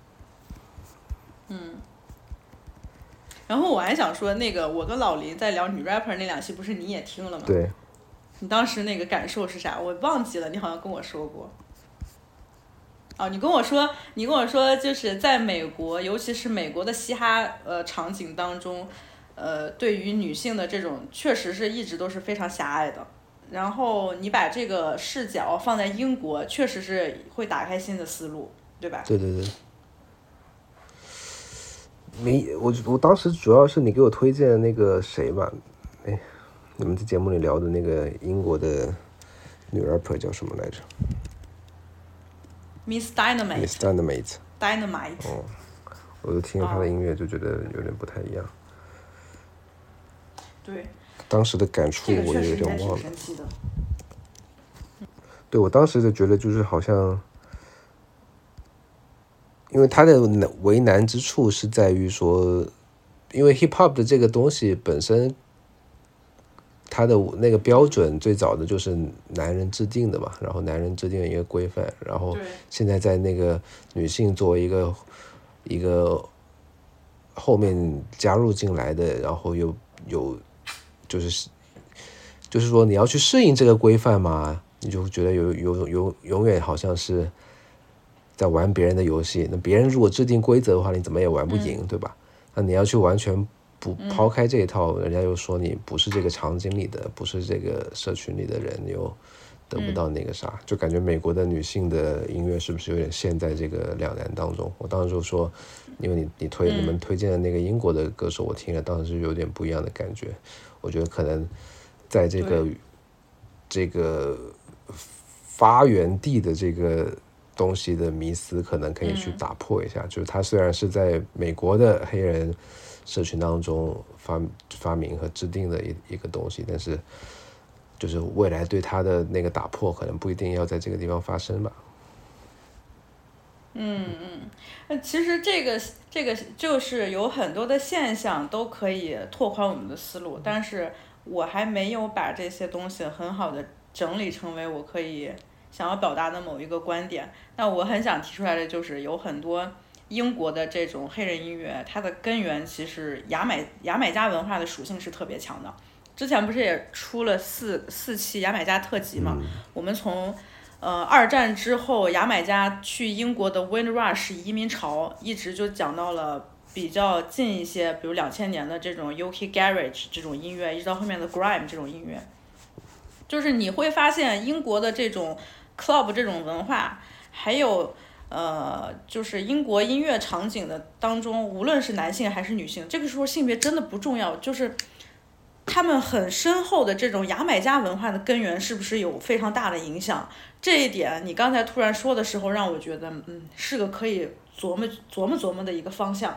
然后我还想说，那个我跟老林在聊女 rapper 那2期，不是你也听了吗？ 对。 你当时那个感受是啥？我忘记了，你好像跟我说过。你跟我说，就是在美国，尤其是美国的嘻哈场景当中，对于女性的这种确实是一直都是非常狭隘的。然后你把这个视角放在英国，确实是会打开新的思路，对吧？ 对。我当时主要是你给我推荐那个谁吧，你们在节目里聊的那个英国的女 rapper 叫什么来着？ Miss Dynamite。 我就听她的音乐就觉得有点不太一样。 对。 当时的感触我也有点忘了。 这个确实应该挺神奇的。 对，我当时就觉得就是好像，因为他的为难之处是在于说，因为 hip hop 的这个东西本身，它的那个标准最早的就是男人制定的嘛，然后男人制定一个规范，然后现在在那个女性作为一个后面加入进来的，然后又有就是说你要去适应这个规范嘛，你就觉得永远好像是在玩别人的游戏，那别人如果制定规则的话，你怎么也玩不赢，对吧？那你要去完全不抛开这一套，人家又说你不是这个场景里的，不是这个社群里的人，你又得不到那个啥，就感觉美国的女性的音乐是不是有点陷在这个两难当中？我当时就说，因为你们推荐的那个英国的歌手，我听了当时有点不一样的感觉，我觉得可能在这个发源地的这个东西的迷思可能可以去打破一下，就是它虽然是在美国的黑人社群当中发明和制定的一个东西，但是就是未来对它的那个打破可能不一定要在这个地方发生吧。 其实这个就是有很多的现象都可以拓宽我们的思路，但是我还没有把这些东西很好的整理成为我可以想要表达的某一个观点。那我很想提出来的就是有很多英国的这种黑人音乐，它的根源其实牙买加文化的属性是特别强的。之前不是也出了四期牙买加特辑嘛？我们从二战之后牙买加去英国的 Windrush 移民潮，一直就讲到了比较近一些，比如2000年的这种 UK Garage 这种音乐，一直到后面的 Grime 这种音乐，就是你会发现英国的这种 club 这种文化，还有就是英国音乐场景的当中，无论是男性还是女性，这个时候性别真的不重要，就是他们很深厚的这种牙买加文化的根源是不是有非常大的影响？这一点你刚才突然说的时候，让我觉得是个可以琢磨的一个方向。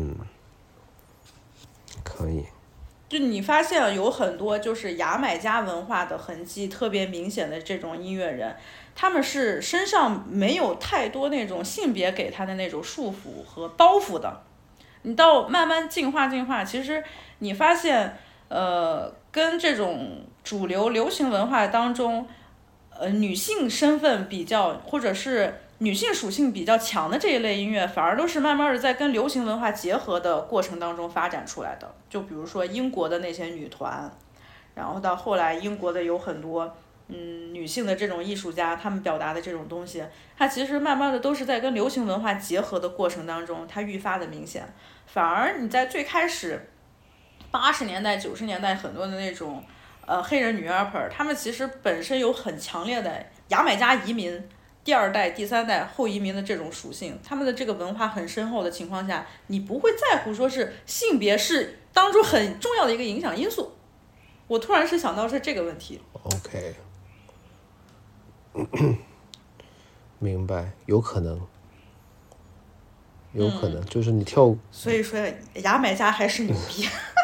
可以。 就你发现有很多就是牙买加文化的痕迹特别明显的这种音乐人，他们是身上没有太多那种性别给他的那种束缚和包袱的。你到慢慢进化，其实你发现跟这种主流流行文化当中女性身份比较或者是女性属性比较强的这一类音乐，反而都是慢慢的在跟流行文化结合的过程当中发展出来的。就比如说英国的那些女团，然后到后来英国的有很多女性的这种艺术家，她们表达的这种东西，它其实慢慢的都是在跟流行文化结合的过程当中，它愈发的明显。反而你在最开始80年代90年代很多的那种黑人女 rapper， 她们其实本身有很强烈的牙买加移民第2代第3代后移民的这种属性，他们的这个文化很深厚的情况下，你不会在乎说是性别是当中很重要的一个影响因素。我突然是想到是这个问题。 OK， 明白，有可能，就是你跳。 所以说牙买加还是牛逼。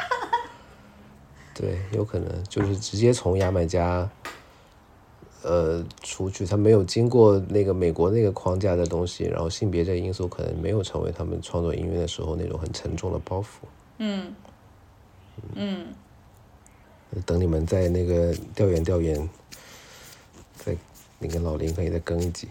对，有可能就是直接从牙买加出去，他没有经过那个美国那个框架的东西，然后性别这个因素可能没有成为他们创作音乐的时候那种很沉重的包袱。等你们在那个调研，在你跟老林可以再更一集。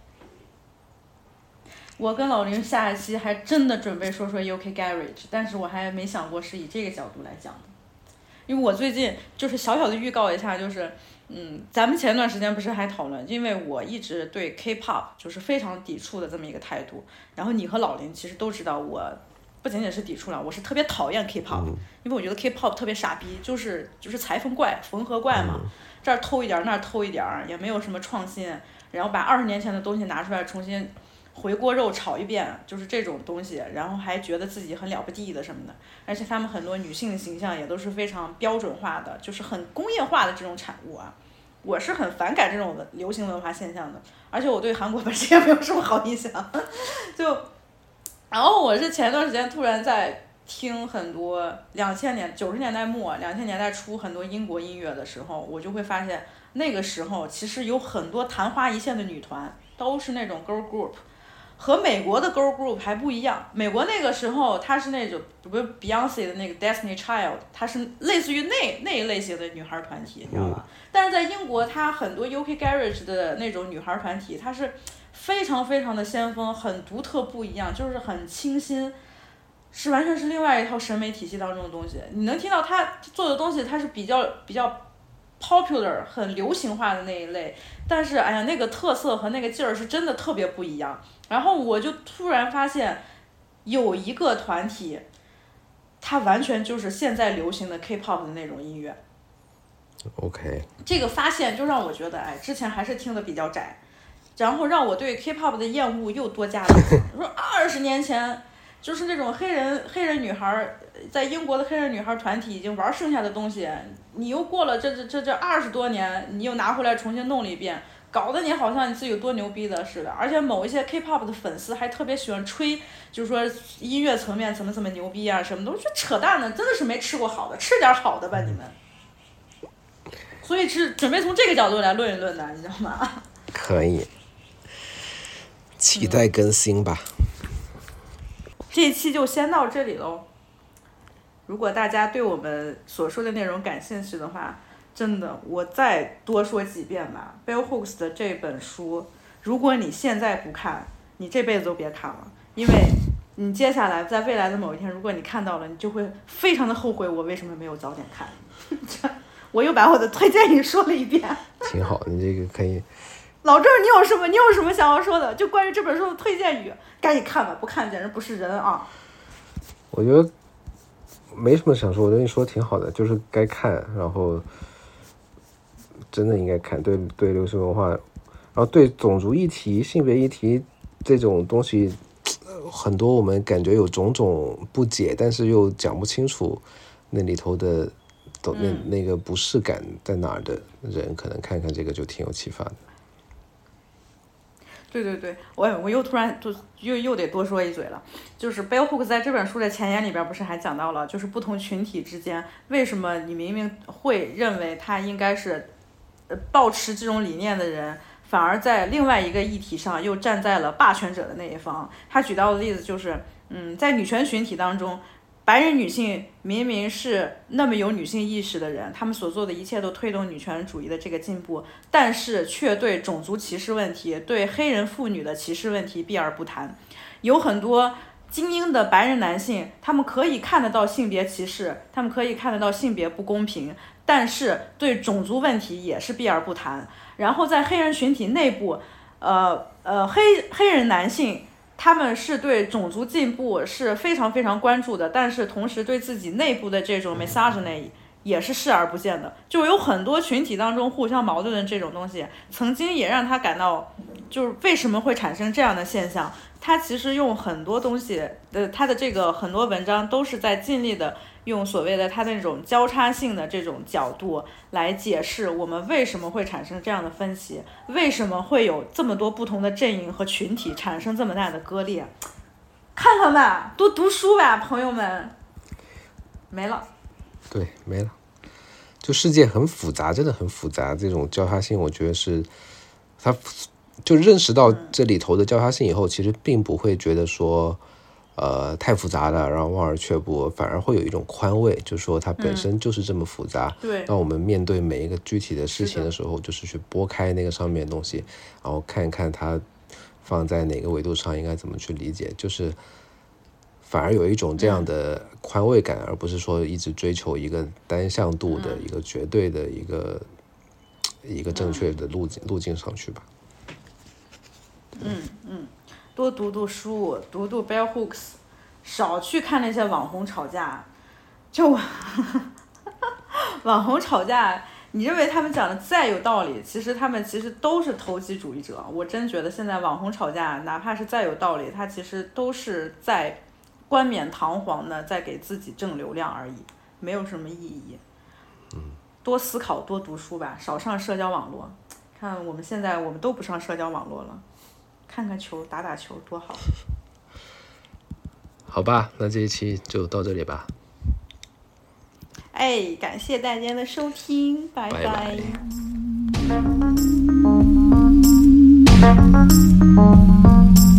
我跟老林下一期还真的准备说 UK Garage， 但是我还没想过是以这个角度来讲的。因为我最近就是小小的预告一下，就是咱们前段时间不是还讨论，因为我一直对 K-pop 就是非常抵触的这么一个态度，然后你和老林其实都知道，我不仅仅是抵触了，我是特别讨厌 K-pop，因为我觉得 K-pop 特别傻逼，就是裁缝怪、缝合怪嘛，这儿偷一点那儿偷一点，也没有什么创新，然后把20年前的东西拿出来重新回锅肉炒一遍，就是这种东西，然后还觉得自己很了不地的什么的，而且他们很多女性的形象也都是非常标准化的，就是很工业化的这种产物啊。我是很反感这种流行文化现象的，而且我对韩国本身也没有什么好印象。然后我是前段时间突然在听很多90年代末2000年代初很多英国音乐的时候，我就会发现那个时候其实有很多昙花一现的女团都是那种 girl group。和美国的 girl group 还不一样，美国那个时候它是那种，比如 Beyonce 的那个 Destiny Child， 它是类似于那一类型的女孩团体，你知道吧？但是在英国，它很多 UK Garage 的那种女孩团体，它是非常非常的先锋，很独特不一样，就是很清新，是完全是另外一套审美体系当中的东西。你能听到她做的东西，它是比较popular 很流行化的那一类，但是哎呀，那个特色和那个劲儿是真的特别不一样。然后我就突然发现有一个团体，它完全就是现在流行的 K-pop 的那种音乐。 OK， 这个发现就让我觉得，哎，之前还是听的比较窄，然后让我对 K-pop 的厌恶又多加了一层。我说20年前就是那种黑人女孩，在英国的黑人女孩团体已经玩剩下的东西，你又过了这20多年，你又拿回来重新弄了一遍，搞得你好像你自己有多牛逼的似的。而且某一些 K-pop 的粉丝还特别喜欢吹，就是说音乐层面怎么牛逼啊什么的，我觉得扯淡的，真的是没吃过好的，吃点好的吧你们。所以是准备从这个角度来论一论的，你知道吗？ 可以，期待更新吧。 这一期就先到这里喽。如果大家对我们所说的内容感兴趣的话，真的我再多说几遍吧。Bell Hooks 的这本书，如果你现在不看，你这辈子都别看了。 因为你接下来在未来的某一天，如果你看到了，你就会非常的后悔，我为什么没有早点看。我又把我的推荐语说了一遍。 挺好，你这个可以。 老郑，你有什么想要说的？就关于这本书的推荐语，赶紧看吧，不看简直不是人啊！ 我觉得没什么想说，我觉得你说挺好的，就是该看，然后真的应该看。对流行文化，然后对种族议题、性别议题这种东西，很多我们感觉有种种不解，但是又讲不清楚那里头的那个不适感在哪儿的人，可能看看这个就挺有启发的。 对，我又突然又得多说一嘴了，就是 Bell Hooks 在这本书的前言里边不是还讲到了，就是不同群体之间为什么你明明会认为他应该是抱持这种理念的人，反而在另外一个议题上又站在了霸权者的那一方。他举到的例子就是，在女权群体当中，白人女性明明是那么有女性意识的人，她们所做的一切都推动女权主义的这个进步，但是却对种族歧视问题、对黑人妇女的歧视问题避而不谈。有很多精英的白人男性，他们可以看得到性别歧视，他们可以看得到性别不公平，但是对种族问题也是避而不谈。然后在黑人群体内部，黑人男性他们是对种族进步是非常非常关注的，但是同时对自己内部的这种 misogyny 也是视而不见的。就有很多群体当中互相矛盾的这种东西，曾经也让他感到，就是为什么会产生这样的现象。他其实用很多东西他的这个很多文章都是在尽力的用所谓的他那种交叉性的这种角度来解释我们为什么会产生这样的分歧，为什么会有这么多不同的阵营和群体产生这么大的割裂。看看吧，多读书吧，朋友们。没了。 对，没了。就世界很复杂，真的很复杂，这种交叉性我觉得是他就认识到这里头的交叉性以后，其实并不会觉得说太复杂了，然后望而却步，反而会有一种宽慰，就是说它本身就是这么复杂。 对。 当我们面对每一个具体的事情的时候，就是去拨开那个上面的东西，然后看一看它放在哪个维度上应该怎么去理解，就是反而有一种这样的宽慰感，而不是说一直追求一个单向度的一个绝对的一个正确的路径上去吧。 多读读书，读读 Bell Hooks， 少去看那些网红吵架。就网红吵架，你认为他们讲的再有道理，其实他们都是投机主义者。我真觉得现在网红吵架，哪怕是再有道理，他其实都是在冠冕堂皇的在给自己挣流量而已，没有什么意义。多思考，多读书吧，少上社交网络。看我们现在我们都不上社交网络了。看看球，打打球多好。 好吧，那这一期就到这里吧。 感谢大家的收听，拜拜。 拜拜。